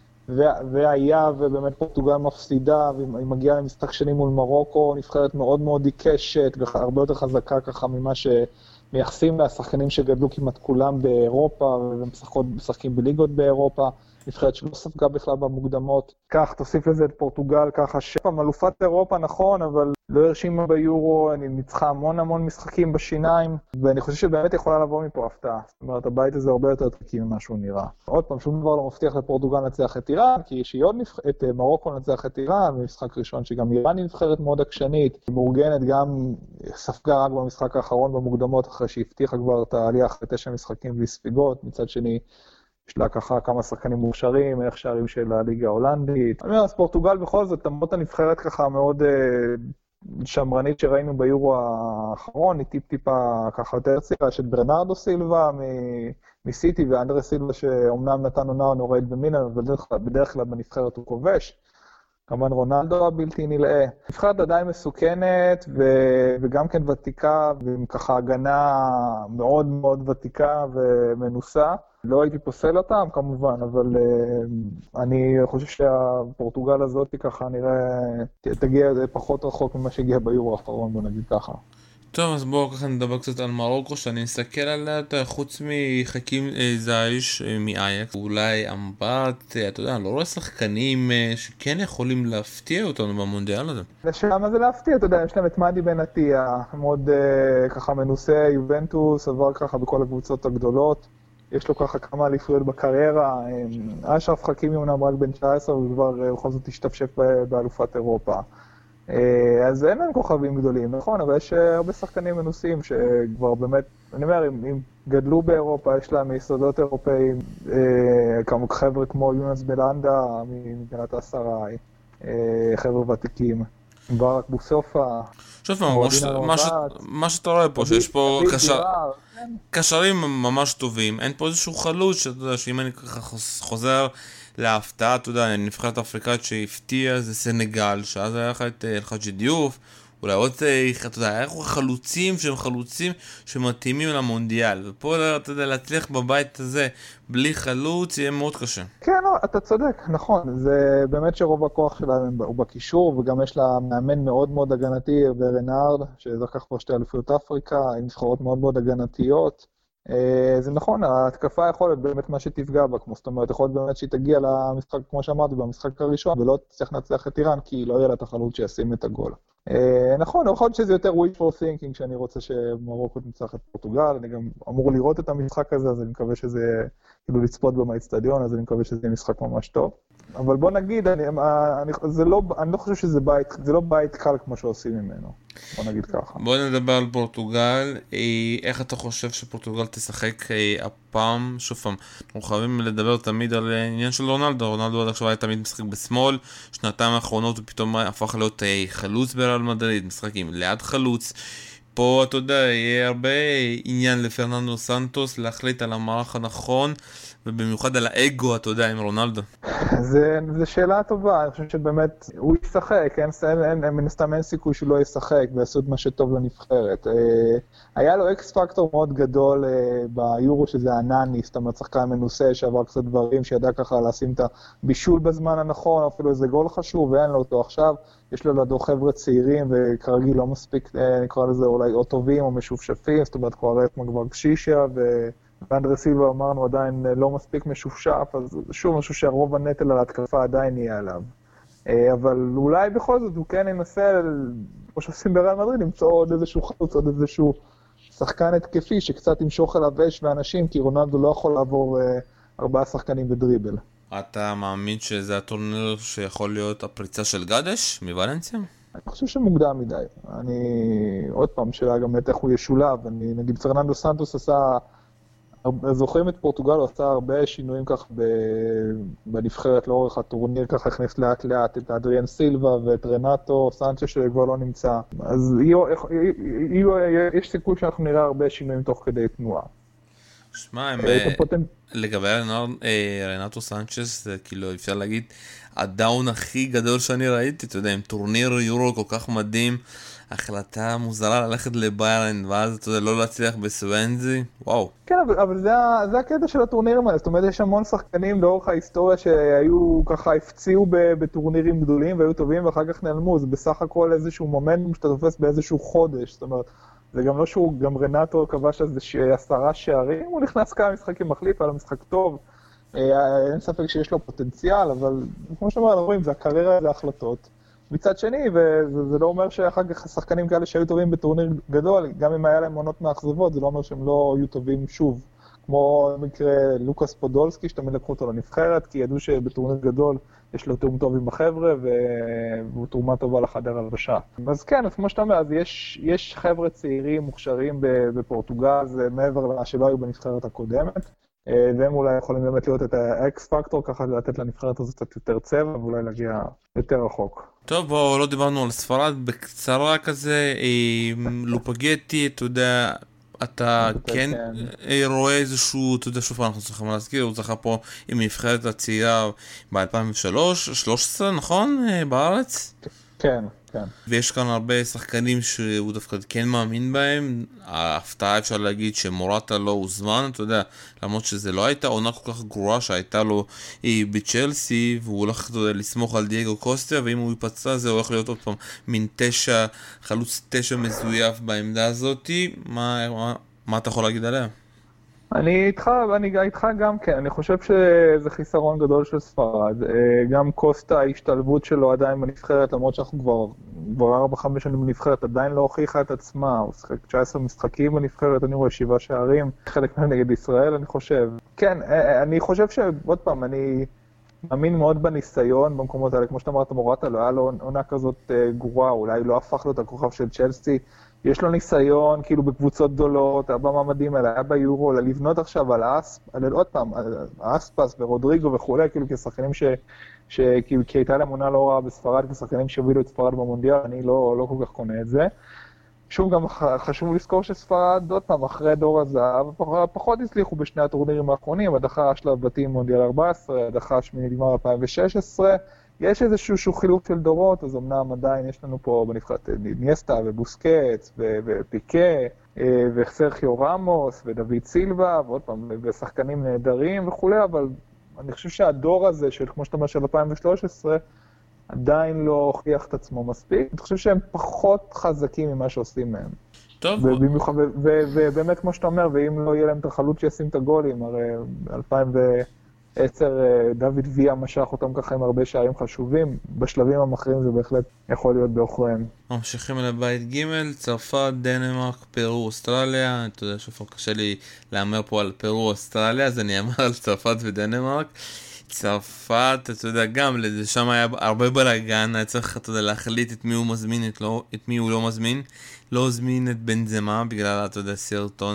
והיה ובאמת פורטוגל מפסידה, והיא מגיעה למשחק שני מול מרוקו, נבחרת מאוד מאוד עיקשת, והרבה יותר חזקה ככה ממה ש... מייחסים לשחקנים שגדלו כמעט כולם באירופה, ומשחקים בליגות באירופה, נבחרת שלא ספגה בכלל במוקדמות. כך, תוסיף לזה את פורטוגל, ככה שפעם אלופת אירופה נכון, אבל לא הרשימה ביורו, אני ניצחה המון המון משחקים בשיניים, ואני חושב שבאמת יכולה לבוא מפה הפתעה. זאת אומרת, הבית הזה הרבה יותר טריקי ממה שהוא נראה. עוד פעם, שום דבר לא מבטיח לפורטוגל לנצח את איראן, כי יש עוד נבח... את מרוקו לנצח את איראן, במשחק ראשון שגם איראן היא נבחרת מאוד עקשנית, היא מאורגנת גם ספגה רק במשחק האחרון במוקדמות, אחרי שהבטיחה כבר את העלייה אחרי תשע משחקים בלי ספיגות, מצד שני, יש לה ככה כמה שחקנים מוכשרים, מלך שערים של הליגה ההולנדית. אני אומר, אז פורטוגל בכל זאת, למרות הנבחרת ככה מאוד שמרנית שראינו ביורו האחרון, היא טיפ-טיפה ככה יותר צעירה, יש את ברנרדו סילבה מסיטי, ואנדרה סילבה שאומנם נתן עונה נוראית במילאן, אבל בדרך כלל בנבחרת הוא כובש. כמובן רונלדו הבלתי נלאה. נבחרת עדיין מסוכנת ו- וגם כן ותיקה, ועם ככה הגנה מאוד מאוד ותיקה ומנוסה. לא הייתי פוסל אותם כמובן, אבל uh, אני חושב שהפורטוגל הזאת ככה נראה תגיע פחות רחוק ממה שהגיע ביורו האחרון, בוא נגיד ככה. טוב, אז בואו ככה נדבר קצת על מרוקו, שאני אסתכל עליה, חוץ מחכים זייש מאייקס, אולי אמבט, אתה יודע, לא רואה שחקנים שכן יכולים להפתיע אותנו במונדיאל הזה. השאלה מה זה להפתיע, אתה יודע, יש להם את מאדי בן עטיה, מאוד uh, ככה מנוסה, יובנטוס, עבר ככה בכל הקבוצות הגדולות, יש לו ככה כמה אליפויות בקריירה, אשרף חכימי אומנם רק בן תשע עשרה, הוא כבר בכל זאת השתפשף באלופת אירופה. אז אין להם כוכבים גדולים, נכון, אבל יש הרבה שחקנים מנוסים שכבר באמת, אני אומר, אם, אם גדלו באירופה, יש להם יסודות אירופאים, כמו חבר'ה כמו יונס בלנדה ממדינת הסראי, חבר'ה ותיקים, ברק בוסופה. שוב, מה שאתה רואה פה, שיש פה קשרים ממש טובים, אין פה איזשהו חלוץ, שאתה יודע, שאם אני ככה חוזר להפתעה, אתה יודע, נבחרת אפריקאית שהפתיעה, זה סנגל, שאז היה לך את אלחג'י דיוף, אולי עוד, אתה יודע, היה חלוצים שהם חלוצים שמתאימים למונדיאל, ופה, אתה יודע, להצליח בבית הזה בלי חלוץ, יהיה מאוד קשה. כן, לא, אתה צודק, נכון, זה באמת שרוב הכוח שלהם הוא בקישור, וגם יש לה מאמן מאוד מאוד הגנתי, ורנארד, שזכח כבר שתי אליפויות אפריקה, עם נבחרות מאוד מאוד הגנתיות. זה נכון, ההתקפה יכול להיות באמת מה שתפגע בה, כמו זאת אומרת, יכול להיות באמת שהיא תגיע למשחק, כמו שאמרתי, במשחק הראשון, ולא תצליח לנצח את איראן, כי לא יהיה לה את החלוץ שישים את הגול. נכון, יכול להיות שזה יותר wishful thinking, שאני רוצה שמרוקו תנצח את פורטוגל, אני גם אמור לראות את המשחק הזה, אז אני מקווה שזה, כאילו לצפות במאצטדיון, אז אני מקווה שזה יהיה משחק ממש טוב. אבל בוא נגיד, אני, אני, זה לא, אני לא חושב שזה בית, זה לא בית קל כמו שעושים ממנו. בוא נגיד ככה. בוא נדבר על פורטוגל. איך אתה חושב שפורטוגל תשחק הפעם? שוב פעם, אנחנו חייבים לדבר תמיד על עניין של רונלדו. רונלדו עד עכשיו היה תמיד משחק בשמאל, שנתיים האחרונות הוא פתאום הפך להיות חלוץ בריאל מדריד, משחקים ליד חלוץ. פה אתה יודע, יהיה הרבה עניין לפרננדו סנטוס להחליט על המערך הנכון, ובמיוחד על האגו, אתה יודע, עם רונלדו. זה, זה שאלה טובה, אני חושב שבאמת הוא ישחק, אין, אין, אין, מן הסתם אין סיכוי שהוא לא ישחק ויעשו את מה שטוב לנבחרת. היה לו אקס פקטור מאוד גדול ביורו שזה הנני, זאת אומרת שחקן מנוסה שעבר קצת דברים, שידע ככה לשים את הבישול בזמן הנכון, אפילו איזה גול חשוב ואין לו אותו עכשיו. יש לו לידו חבר'ה צעירים וכרגיל לא מספיק, נקרא לזה אולי או טובים או משופשפים, זאת אומרת כבר רפמה כבר קשישה ו... ואנדרי סילבה אמרנו עדיין לא מספיק משופשף, אז שוב משהו שהרוב הנטל על ההתקפה עדיין יהיה עליו. אבל אולי בכל זאת הוא כן ינסה, כמו שעושים בריאל מדריד, למצוא עוד איזשהו חלוץ, עוד איזשהו שחקן התקפי שקצת ימשוך אליו אש ואנשים, כי רונלדו לא יכול לעבור ארבעה שחקנים בדריבל. אתה מאמין שזה הטורניר שיכול להיות הפריצה של גדש מוולנסיה? אני חושב שמוקדם מדי. אני, עוד פעם, שאלה גם איך הוא ישולב. אני, נגיד, פרננדו סנטוס עשה, זוכרים את פורטוגל, הוא עשה הרבה שינויים כך בנבחרת לאורך הטורניר, ככה הכניס לאט לאט את אדריאן סילבה ואת רנטו, סנצ'ה שכבר לא נמצא. אז יש סיכוי שאנחנו נראה הרבה שינויים תוך כדי תנועה. שמע, לגבי רנטו סנצ'ס, זה כאילו אפשר להגיד הדאון הכי גדול שאני ראיתי, אתה יודע, עם טורניר יורו כל כך מדהים, החלטה מוזרה ללכת לביירן, ואז אתה יודע, לא להצליח בסוונזי, וואו. כן, אבל, אבל זה, זה הקטע של הטורנירים האלה, זאת אומרת, יש המון שחקנים לאורך ההיסטוריה שהיו ככה, הפציעו בטורנירים גדולים והיו טובים ואחר כך נעלמו, זה בסך הכל איזשהו מומנטום שאתה תופס באיזשהו חודש, זאת אומרת, זה גם לא שהוא, גם רנטו כבש איזה עשרה שערים, הוא נכנס כמה משחקים מחליף, היה לו משחק טוב, אין ספק שיש לו פוטנציאל, אבל כמו שאמרנו, רואים, זה הקריירה, זה החלטות. מצד שני, וזה לא אומר שאחר כך שחקנים כאלה שהיו טובים בטורניר גדול, גם אם היה להם עונות מאכזבות, זה לא אומר שהם לא היו טובים שוב. כמו במקרה לוקאס פודולסקי, שתמיד לקחו אותו לנבחרת, כי ידעו שבטורניר גדול יש לו תאום טוב עם החבר'ה, והוא תאומה טובה לחדר הלבשה. אז כן, אז כמו שאתה אומר, אז יש, יש חבר'ה צעירים מוכשרים בפורטוגל, זה מעבר למה שלא היו בנבחרת הקודמת, והם אולי יכולים באמת להיות את האקס פקטור, ככה לתת לנבחרת הזאת קצת יותר צבע, ואולי להגיע יותר רחוק. טוב, בואו, לא דיברנו על ספרד, בקצרה כזה, לופגטי, אתה יודע, אתה כן רואה איזשהו, אתה יודע, שוב אנחנו צריכים להזכיר, הוא זכה פה עם נבחרת הצעירה ב-אלפיים ושלוש, שלוש עשרה, נכון? בארץ? כן, כן. ויש כאן הרבה שחקנים שהוא דווקא כן מאמין בהם. ההפתעה אפשר להגיד שמורטה לא הוזמן, אתה יודע, למרות שזה לא הייתה עונה כל כך גרועה שהייתה לו בצ'לסי, והוא הולך לסמוך על דייגו קוסטה, ואם הוא ייפצע זה הולך להיות עוד פעם מין תשע, חלוץ תשע מזויף בעמדה הזאת. מה, מה, מה אתה יכול להגיד עליה? אני איתך, אני איתך גם כן, אני חושב שזה חיסרון גדול של ספרד. גם קוסטה, ההשתלבות שלו עדיין בנבחרת, למרות שאנחנו כבר כבר ארבע חמש שנים בנבחרת, עדיין לא הוכיחה את עצמה. הוא שחק תשע עשרה משחקים בנבחרת, אני רואה שבעה שערים, חלק מהם נגד ישראל, אני חושב. כן, אני חושב שעוד פעם, אני מאמין מאוד בניסיון במקומות האלה, כמו שאתה אמרת, מורטה, לא היה לו עונה כזאת גרועה, אולי לא הפך לו את הכוכב של צ'לסי, יש לו ניסיון, כאילו בקבוצות גדולות, היה במעמדים האלה, היה ביורו, לבנות עכשיו על אספ, על עוד פעם, על אספס ורודריגו וכולי, כאילו כשחקנים ש... שכאילו, כי הייתה להם עונה לא רעה בספרד, כשחקנים שהובילו את ספרד במונדיאל, אני לא, לא כל כך קונה את זה. שוב, גם חשוב לזכור שספרד, עוד פעם, אחרי דור הזהב, פחות הצליחו בשני הטורנירים האחרונים, הדחה שלב בתים מונדיאל ארבע עשרה, הדחה שמינית גמר אלפיים ושש עשרה, יש איזשהו חילוף של דורות, אז אמנם עדיין יש לנו פה בנבחרת ניאסטה ובוסקץ ו- ופיקה וסרחיו רמוס ודוד סילבה, ועוד פעם, ושחקנים נהדרים וכולי, אבל אני חושב שהדור הזה, של, כמו שאתה אומר, של אלפיים ושלוש עשרה, עדיין לא הוכיח את עצמו מספיק. אני חושב שהם פחות חזקים ממה שעושים מהם. טוב. ובמיוחד, ו- ו- ובאמת, כמו שאתה אומר, ואם לא יהיה להם את החלוץ שישים את הגולים, הרי אלפיים ועשר דוד ויה משך אותם ככה עם הרבה שערים חשובים, בשלבים המכריעים זה בהחלט יכול להיות בעוכריהם. ממשיכים לבית ג', צרפת, דנמרק, פרו, אוסטרליה. אתה יודע, שוב, קשה לי לאמר פה על פרו, אוסטרליה, אז אני אמר על צרפת ודנמרק. צרפת, אתה יודע, גם שם היה הרבה בלגן, היה צריך, אתה יודע, להחליט את מי הוא מזמין, את, לא, את מי הוא לא מזמין. לא הזמין את בנזמה, בגלל, אתה יודע, סרטון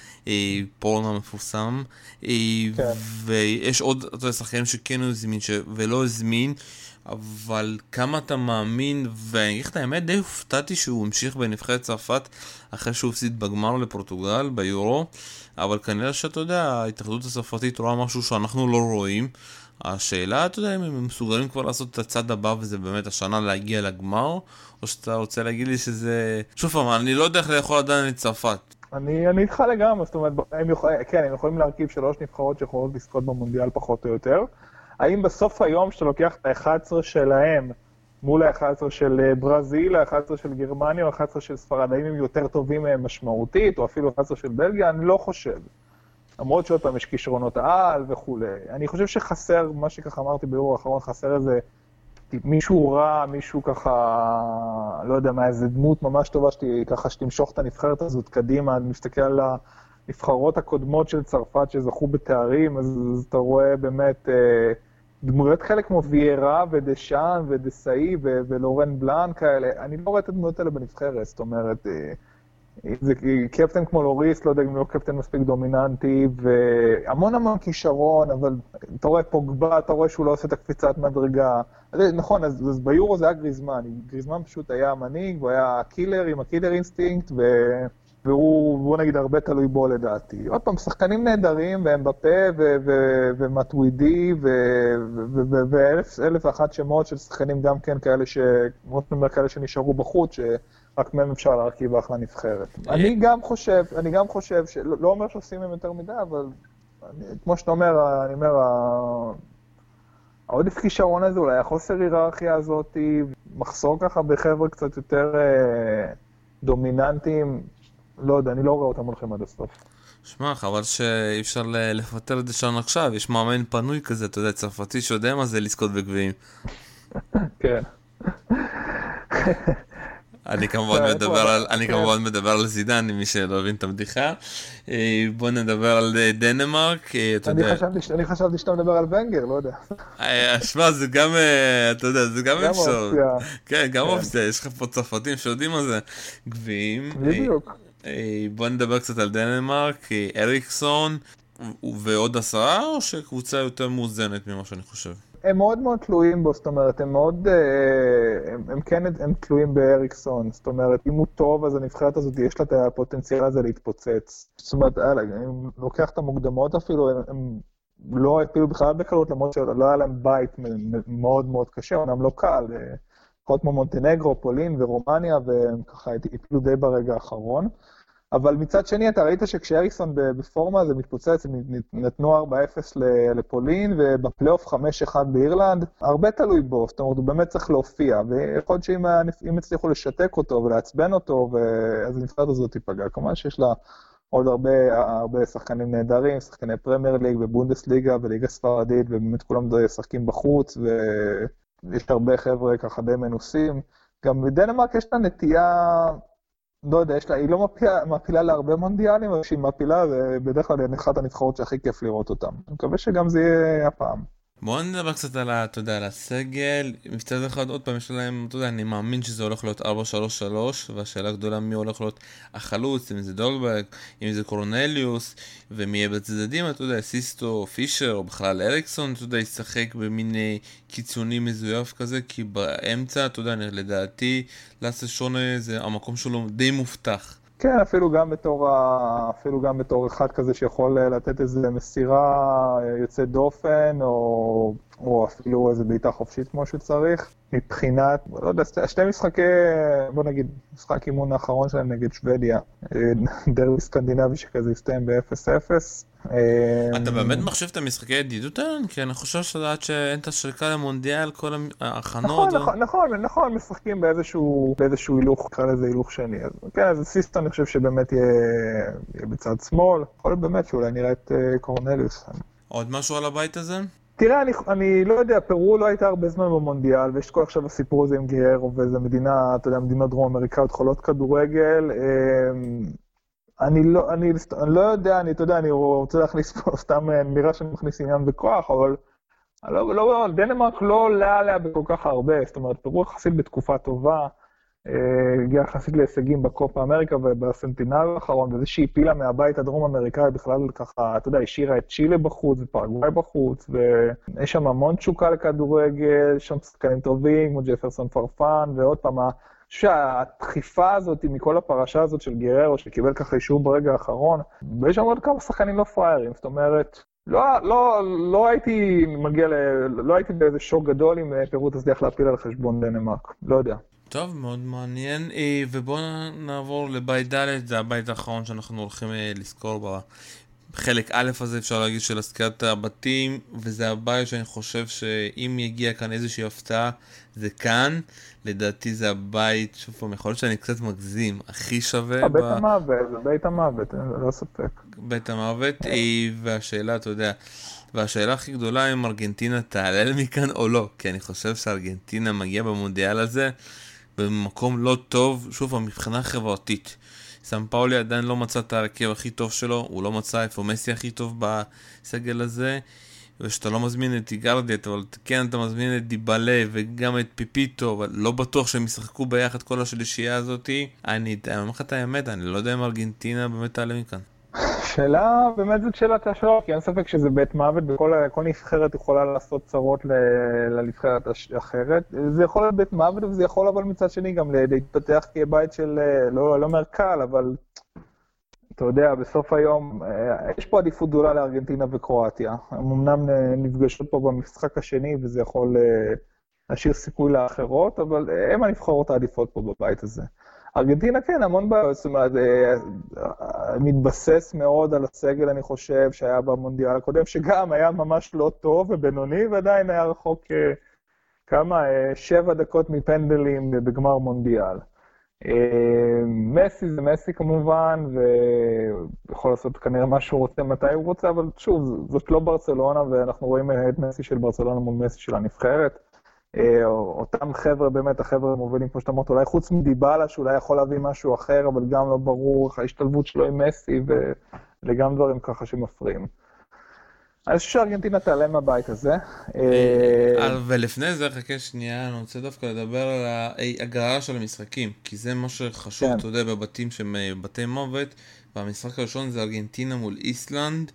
הפורנו המפורסם. כן. ויש עוד, אתה יודע, שחקנים שכן הוא הזמין ש... ולא הזמין, אבל כמה אתה מאמין, ואני אגיד לך את האמת, די הופתעתי שהוא המשיך בנבחרת צרפת, אחרי שהוא הפסיד בגמר לפורטוגל, ביורו, אבל כנראה שאתה יודע, ההתאחדות הצרפתית רואה משהו שאנחנו לא רואים. השאלה, אתה יודע, אם הם מסוגלים כבר לעשות את הצד הבא, וזה באמת השנה להגיע לגמר, או שאתה רוצה להגיד לי שזה... שוב פעם, אני לא יודע איך לאכול עדיין את צרפת. אני, אני איתך לגמרי, זאת אומרת, הם יכול... כן, הם יכולים להרכיב שלוש נבחרות שיכולות לזכות במונדיאל פחות או יותר. האם בסוף היום שאתה לוקח את ה-אחד עשר שלהם, מול ה-אחד עשר של ברזיל, ה-אחד עשר של גרמניה, או ה-אחד עשר של ספרד, האם הם יותר טובים מהם משמעותית, או אפילו ה-אחד עשר של בלגיה, אני לא חושב. למרות שעוד פעם יש כישרונות העל וכו'. אני חושב שחסר, מה שככה אמרתי ביור האחרון, חסר איזה מישהו רע, מישהו ככה, לא יודע מה, איזה דמות ממש טובה שתי, ככה שתמשוך את הנבחרת הזאת קדימה. אני מסתכל על הנבחרות הקודמות של צרפת שזכו בתארים, אז, אז אתה רואה באמת אה, דמויות חלק כמו ויירה ודשאן ודסאי ו- ולורן בלאן כאלה. אני לא רואה את הדמויות האלה בנבחרת, זאת אומרת... אה, זה קפטן כמו לוריס, לא יודע אם לא קפטן מספיק דומיננטי, והמון המון כישרון, אבל אתה רואה פוגבה, אתה רואה שהוא לא עושה את הקפיצת מדרגה. נכון, אז, אז ביורו זה היה גריזמן, גריזמן פשוט היה המנהיג, הוא היה הקילר עם הקילר אינסטינקט, ו... והוא, בוא נגיד, הרבה תלוי בו לדעתי. עוד פעם, שחקנים נהדרים, והם בפה, ומטווידי, ואלף ואחת שמות של שחקנים גם כן כאלה ש... מאוד נאמר כאלה שנשארו בחוץ, שרק מהם אפשר להרכיב אחלה נבחרת. אני גם חושב, אני גם חושב, שלא לא אומר שעושים הם יותר מדי, אבל אני, כמו שאתה אומר, אני אומר, העודף כישרון הזה, אולי החוסר היררכיה הזאת, מחסור ככה בחבר'ה קצת יותר דומיננטיים, לא יודע, אני לא רואה אותם הולכים עד הסוף. שמע, חבל שאי אפשר לפטר את זה שם עכשיו, יש מאמן פנוי כזה, אתה יודע, צרפתי שיודע מה זה לזכות בגביעים. כן. אני כמובן מדבר על, אני כמובן מדבר על זידן, מי שלא הבין את הבדיחה. בוא נדבר על דנמרק, אתה יודע. אני חשבתי שאתה מדבר על ונגר, לא יודע. שמע, זה גם, אתה יודע, זה גם אפשר. כן, גם אופציה, יש לך פה צרפתים שיודעים מה זה גביעים. בדיוק. בוא נדבר קצת על דנמרק, אריקסון ועוד עשרה, או שקבוצה יותר מאוזנת ממה שאני חושב? הם מאוד מאוד תלויים בו, זאת אומרת, הם מאוד, הם, הם כן, הם תלויים באריקסון, זאת אומרת, אם הוא טוב, אז הנבחרת הזאת, יש לה את הפוטנציאל הזה להתפוצץ. זאת אומרת, אני לוקח את המוקדמות אפילו, הם, הם לא הפילו בכלל בקלות, למרות שלא היה להם בית מאוד מאוד קשה, אומנם לא קל, לפחות כמו מונטנגרו, פולין ורומניה, והם ככה הפילו די ברגע האחרון. אבל מצד שני, אתה ראית שכשאריקסון בפורמה זה מתפוצץ, הם נתנו ארבע אפס לפולין, ובפלייאוף חמש אחד באירלנד, הרבה תלוי בו, זאת אומרת, הוא באמת צריך להופיע, ויכול להיות שאם הצליחו לשתק אותו ולעצבן אותו, אז הנבחרת הזאת תיפגע. כמובן שיש לה עוד הרבה, הרבה שחקנים נהדרים, שחקני פרמייר ליג ובונדסליגה וליגה ספרדית, ובאמת כולם משחקים בחוץ, ויש הרבה חבר'ה ככה די מנוסים. גם בדנמרק יש לה נטייה, לא יודע, יש לה, היא לא מפילה, מפילה להרבה מונדיאלים, אבל כשהיא מפילה, זה בדרך כלל אחת הנבחרות שהכי כיף לראות אותם. אני מקווה שגם זה יהיה הפעם. בואו נדבר קצת על, אתה יודע, על הסגל. מצד אחד, עוד פעם, יש להם, אתה יודע, אני מאמין שזה הולך להיות ארבע שלוש שלוש, והשאלה הגדולה מי הולך להיות החלוץ, אם זה דולברג, אם זה קורנליוס, ומי יהיה בצדדים, אתה יודע, סיסטו, פישר, או בכלל אריקסון, אתה יודע, ישחק במין קיצוני מזויף כזה, כי באמצע, אתה יודע, לדעתי, לאסה שונה, זה המקום שלו די מובטח. כן, אפילו גם בתור, אפילו גם בתור אחד כזה שיכול לתת איזו מסירה יוצאת דופן, או, או אפילו איזו בעיטה חופשית כמו שצריך. מבחינת, לא יודע, שתי משחקי, בוא נגיד, משחק אימון האחרון שלהם נגד שוודיה, דרבי סקנדינבי שכזה הסתיים ב-אפס אפס. אתה באמת מחשב את המשחקי ידידות האלה? כי אני חושב שעד שאין את השריקה למונדיאל, כל ההכנות... נכון, נכון, נכון, משחקים באיזשהו הילוך, נקרא לזה הילוך שני. כן, אז סיסטון אני חושב שבאמת יהיה בצד שמאל, יכול להיות באמת שאולי נראה את קורנליוס. עוד משהו על הבית הזה? תראה, אני, אני לא יודע, פרו לא הייתה הרבה זמן במונדיאל, ויש כל עכשיו הסיפור הזה עם גיירו, וזה מדינה, אתה יודע, מדינות דרום אמריקאיות חולות כדורגל. אני לא, אני, אני לא יודע, אני, אתה יודע, אני רוצה להכניס פה, סתם נראה שאני מכניס עניין בכוח, אבל לא, לא, דנמרק לא עולה עליה בכל כך הרבה, זאת אומרת, פרו יחסית בתקופה טובה, הגיעה יחסית להישגים בקופה אמריקה ובסנטינל האחרון, וזה שהיא פילה מהבית הדרום אמריקאי בכלל ככה, אתה יודע, השאירה את צ'ילה בחוץ ופרגוואי בחוץ, ויש שם המון תשוקה לכדורגל, שם שחקנים טובים כמו ג'פרסון פרפן, ועוד פעם, שהדחיפה הזאת מכל הפרשה הזאת של גררו, שקיבל ככה אישור ברגע האחרון, ויש שם עוד כמה שחקנים לא פריירים, זאת אומרת, לא, לא, לא הייתי מגיע ל... לא הייתי באיזה שוק גדול אם פירו תצליח להפיל על חשבון דנמרק, לא יודע. טוב, מאוד מעניין, ובואו נעבור לבית ד', זה הבית האחרון שאנחנו הולכים לזכור בחלק א' הזה, אפשר להגיד, של הסקיית הבתים, וזה הבית שאני חושב שאם יגיע כאן איזושהי הפתעה, זה כאן. לדעתי זה הבית, שוב פעם, יכול להיות שאני קצת מגזים, הכי שווה. בית המוות, זה בית המוות, לא ספק. בית המוות, והשאלה, אתה יודע, והשאלה הכי גדולה אם ארגנטינה תעלל מכאן או לא, כי אני חושב שארגנטינה מגיעה במונדיאל הזה במקום לא טוב, שוב, מבחינה חברתית. סן פאולי עדיין לא מצא את הרכב הכי טוב שלו, הוא לא מצא איפה מסי הכי טוב בסגל הזה, ושאתה לא מזמין את איגרדיאט, אבל כן אתה מזמין את דיבלה וגם את פיפיטו, אבל לא בטוח שהם ישחקו ביחד כל השלישייה הזאת. אני אומר לך את האמת, אני לא יודע אם ארגנטינה באמת תעלה מכאן. שאלה, באמת זאת שאלת השאלה, כי אין ספק שזה בית מוות, וכל נבחרת יכולה לעשות צרות לנבחרת אחרת. זה יכול להיות בית מוות, וזה יכול אבל מצד שני גם להתפתח כבית של, לא, לא מרקל, אבל אתה יודע, בסוף היום, יש פה עדיפות גדולה לארגנטינה וקרואטיה. הם אמנם נפגשות פה במשחק השני, וזה יכול להשאיר סיכוי לאחרות, אבל הם הנבחרות העדיפות פה בבית הזה. ארגנטינה כן, המון בעיות, זאת אומרת, מתבסס מאוד על הסגל, אני חושב, שהיה במונדיאל הקודם, שגם היה ממש לא טוב ובינוני, ועדיין היה רחוק כמה, שבע דקות מפנדלים בגמר מונדיאל. מסי זה מסי כמובן, ויכול לעשות כנראה מה שהוא רוצה מתי הוא רוצה, אבל שוב, זאת לא ברצלונה, ואנחנו רואים את מסי של ברצלונה מול מסי של הנבחרת. אותם חבר'ה, באמת החבר'ה מובילים, כמו שאתה אמרת, אולי חוץ מדיבלה, שאולי יכול להביא משהו אחר, אבל גם לא ברור, ההשתלבות שלו עם מסי, וגם דברים ככה שמפריעים. אני חושב שארגנטינה תעלה מהבית הזה. ולפני זה, חכה שנייה, אני רוצה דווקא לדבר על ההגרלה של המשחקים, כי זה מה שחשוב, אתה יודע, בבתים שהם בתי מוות, והמשחק הראשון זה ארגנטינה מול איסלנד.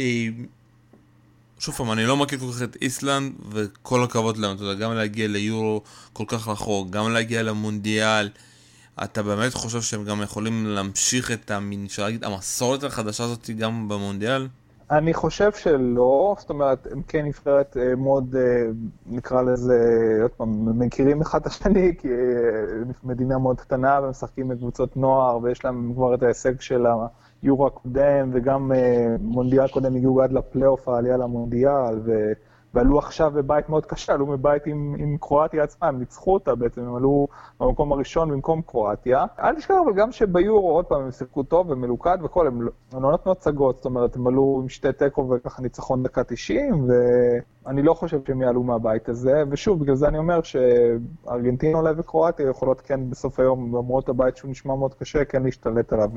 שוב פעם, אני לא מכיר כל כך את איסלנד, וכל הכבוד להם, אתה יודע, גם להגיע ליורו כל כך רחוק, גם להגיע למונדיאל, אתה באמת חושב שהם גם יכולים להמשיך את המסורת החדשה הזאת גם במונדיאל? אני חושב שלא, זאת אומרת, הם כן נבחרת מאוד, נקרא לזה, עוד פעם, מכירים אחד את השני, כי מדינה מאוד קטנה, והם משחקים בקבוצות נוער, ויש להם כבר את ההישג של היורו הקודם, וגם מונדיאל קודם הגיעו עד לפלייאוף העלייה למונדיאל, ועלו עכשיו בבית מאוד קשה, עלו מבית עם, עם קרואטיה עצמה, הם ניצחו אותה בעצם, הם עלו במקום הראשון במקום קרואטיה. אל תשכח אבל גם שביורו, עוד פעם, הם שיחקו טוב ומלוכד וכל, הם, הם לא נתנו הצגות, זאת אומרת, הם עלו עם שתי טקו וככה ניצחון דקה תשעים, ואני לא חושב שהם יעלו מהבית הזה, ושוב, בגלל זה אני אומר שארגנטינה אולי וקרואטיה יכולות כן בסוף היום, למרות הבית שהוא נשמע מאוד קשה, כן להשתלט עליו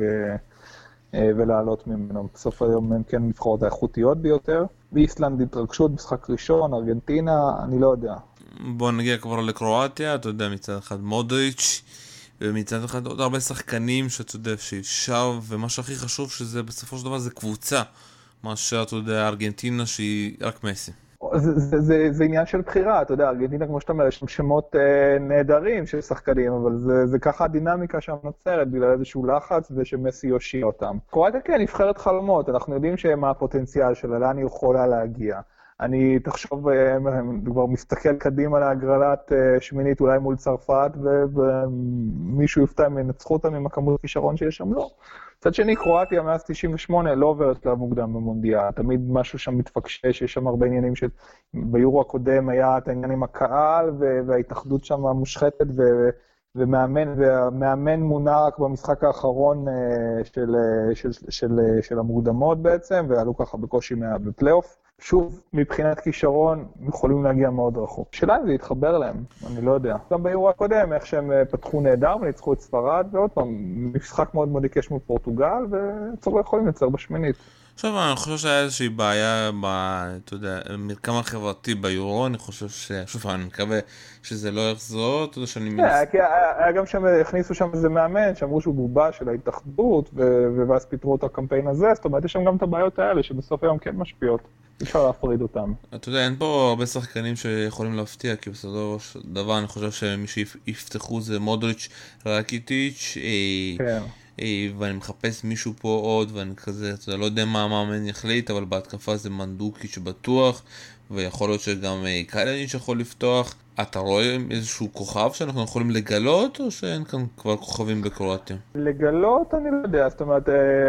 ולעלות ממנו. בסוף היום הם כן נבחרות האיכותיות ביותר. באיסלנד התרגשות, משחק ראשון, ארגנטינה, אני לא יודע. בוא נגיע כבר לקרואטיה, אתה יודע, מצד אחד מודריץ' ומצד אחד עוד הרבה שחקנים שאתה יודע שאפשר, ומה שהכי חשוב שזה בסופו של דבר זה קבוצה, מאשר אתה יודע ארגנטינה שהיא רק מסי. זה, זה, זה, זה עניין של בחירה, אתה יודע, ארגנטינה כמו שאתה אומר, יש שמות אה, נהדרים של שחקנים, אבל זה, זה ככה הדינמיקה שם נוצרת, בגלל איזשהו לחץ ושמסי יושיע אותם. קרואטיה כן, נבחרת חלומות, אנחנו יודעים שמה הפוטנציאל שלה, לאן היא יכולה להגיע. אני תחשוב, כבר מסתכל קדימה להגרלת שמינית אולי מול צרפת, ומישהו יופתע אם ינצחו אותם עם הכמות כישרון שיש שם, לא. מצד שני, קרואטיה מאז תשעים ושמונה לא עוברת שלב מוקדם במונדיאל, תמיד משהו שם מתפקשש, יש שם הרבה עניינים שביורו הקודם היה את העניין עם הקהל, וההתאחדות שם מושחתת, ומאמן, והמאמן מונה רק במשחק האחרון של, של, של, של המוקדמות בעצם, ועלו ככה בקושי בפלייאוף. שוב, מבחינת כישרון, יכולים להגיע מאוד רחוק. שאלה אם זה יתחבר להם, אני לא יודע. גם ביורו הקודם, איך שהם פתחו נהדר, וניצחו את ספרד, ועוד פעם, משחק מאוד מאוד עיקש מול פורטוגל, וצריך יכולים לייצר בשמינית. עכשיו, אני חושב שהיה איזושהי בעיה, ב, אתה יודע, מרקם החברתי ביורו, אני חושב ש... שוב, אני מקווה שזה לא יחזור, אתה יודע שאני... כן, כי היה גם שהם הכניסו שם איזה מאמן, שאמרו שהוא בובה של ההתאחדות, ואז פיתרו את הקמפיין הזה, זאת אומרת, יש שם גם את הבעיות האלה, שבסוף היום כן משפיעות. אפשר להפריד אותם. אתה יודע, אין פה הרבה שחקנים שיכולים להפתיע, כי בסדר דבר, אני חושב שמי שיפתחו זה מודריץ', רקיטיץ', כן. ואני מחפש מישהו פה עוד, ואני כזה, אתה יודע, לא יודע מה המאמן יחליט, אבל בהתקפה זה מנדוקיץ' בטוח, ויכול להיות שגם קליניץ' יכול לפתוח. אתה רואה איזשהו כוכב שאנחנו יכולים לגלות, או שאין כאן כבר כוכבים בקרואטיה? לגלות, אני לא יודע, זאת אומרת...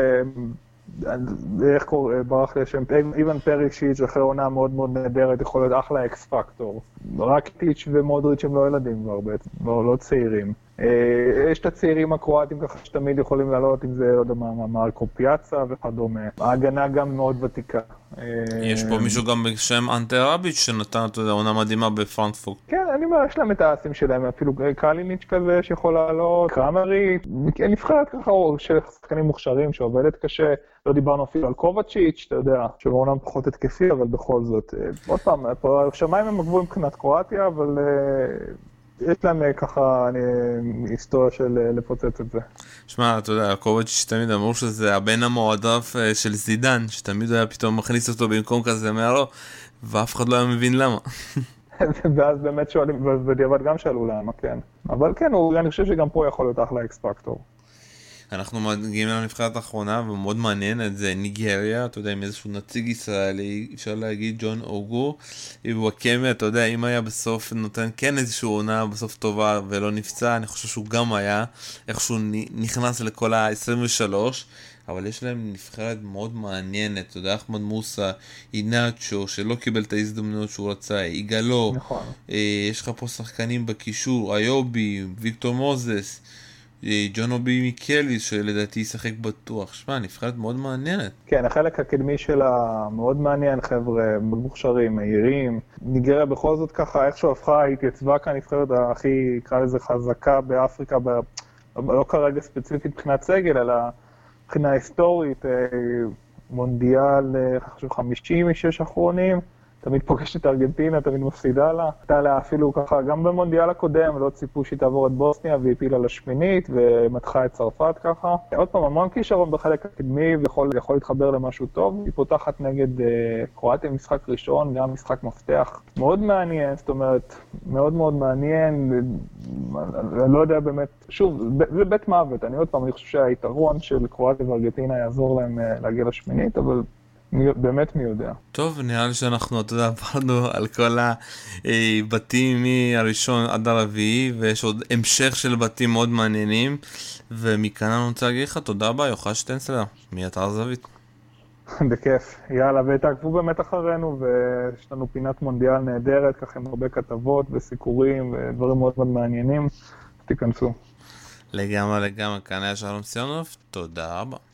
איך קורא, ברח לי השם, איוון פרישיץ' אחרי עונה מאוד מאוד נהדרת, יכול להיות אחלה אקס פקטור. רקיטיץ' ומודריץ' הם לא ילדים כבר בעצם, לא, לא צעירים. יש את הצעירים הקרואטים ככה שתמיד יכולים לעלות, אם זה, לא יודע מה, מרקו פיאצה וכדומה. ההגנה גם מאוד ותיקה. יש פה מישהו גם בשם אנטה רביץ' שנתן, אתה יודע, עונה מדהימה בפרנקפורט. כן, אני אומר, יש להם את האסים שלהם, אפילו קליניץ' כזה שיכול לעלות, קרמרי, נבחרת ככה של שחקנים מוכשרים שעובדת קשה, לא דיברנו אפילו על קובצ'יץ', אתה יודע, שבעונה פחות התקפי, אבל בכל זאת, עוד פעם, שמיים הם הגבול מבחינת קרואטיה, אבל יש להם ככה היסטוריה של לפוצץ את זה. שמע, אתה יודע, קובצ'יץ' תמיד אמרו שזה הבן המועדף של זידן, שתמיד היה פתאום מכניס אותו במקום כזה מהרו, ואף אחד לא היה מבין למה. ואז באמת שואלים, ובדיעבד גם שאלו למה, כן. אבל כן, אני חושב שגם פה יכול להיות אחלה אקס פקטור. אנחנו מגיעים לנבחרת האחרונה, ומאוד מעניין את זה ניגריה, אתה יודע, עם איזשהו נציג ישראלי, אפשר להגיד ג'ון אוגו, וואקמה, אתה יודע, אם היה בסוף נותן כן איזשהו עונה בסוף טובה ולא נפצע, אני חושב שהוא גם היה, איכשהו נכנס לכל ה-עשרים ושלוש, אבל יש להם נבחרת מאוד מעניינת, אתה יודע, אחמד מוסא, אינאצ'ו, שלא קיבל את ההזדמנות שהוא רצה, יגאלו, נכון. יש לך פה שחקנים בקישור, איובי, ויקטור מוזס, ג'ונובי מיקלי, שלדעתי ישחק בטוח. שמע, נבחרת מאוד מעניינת. כן, החלק הקדמי שלה מאוד מעניין, חבר'ה, מוכשרים, מהירים. ניגריה בכל זאת ככה, איכשהו הפכה, התייצבה כאן נבחרת הכי, קרא לזה חזקה באפריקה, ב... לא כרגע ספציפית מבחינת סגל, אלא מבחינה היסטורית, מונדיאל, חשוב, חמישים משש אחרונים. תמיד פוגשת את ארגנטינה, תמיד מפסידה לה. הייתה לה אפילו ככה, גם במונדיאל הקודם, לא ציפו שהיא תעבור את בוסניה, והיא הפילה לשמינית, ומתחה את צרפת ככה. עוד פעם, המון כישרון בחלק הקדמי, ויכול יכול להתחבר למשהו טוב. היא פותחת נגד uh, קרואטיה, משחק ראשון, גם משחק מפתח. מאוד מעניין, זאת אומרת, מאוד מאוד מעניין. אני לא יודע באמת, שוב, זה בית מוות. אני עוד פעם, אני חושב שהיתרון של קרואטיה וארגנטינה יעזור להם uh, להגיע לשמינית, אבל... באמת מי יודע. טוב, נראה לי שאנחנו, אתה יודע, עברנו על כל הבתים מהראשון עד הרביעי, ויש עוד המשך של בתים מאוד מעניינים, ומכאן אני רוצה להגיד לך תודה רבה, יוחאי שטנצלר, מאתר זווית. בכיף. יאללה, ותעקבו באמת אחרינו, ויש לנו פינת מונדיאל נהדרת, ככה עם הרבה כתבות וסיקורים ודברים מאוד מאוד מעניינים. תיכנסו. לגמרי לגמרי, כאן היה שלום סיונוב, תודה רבה.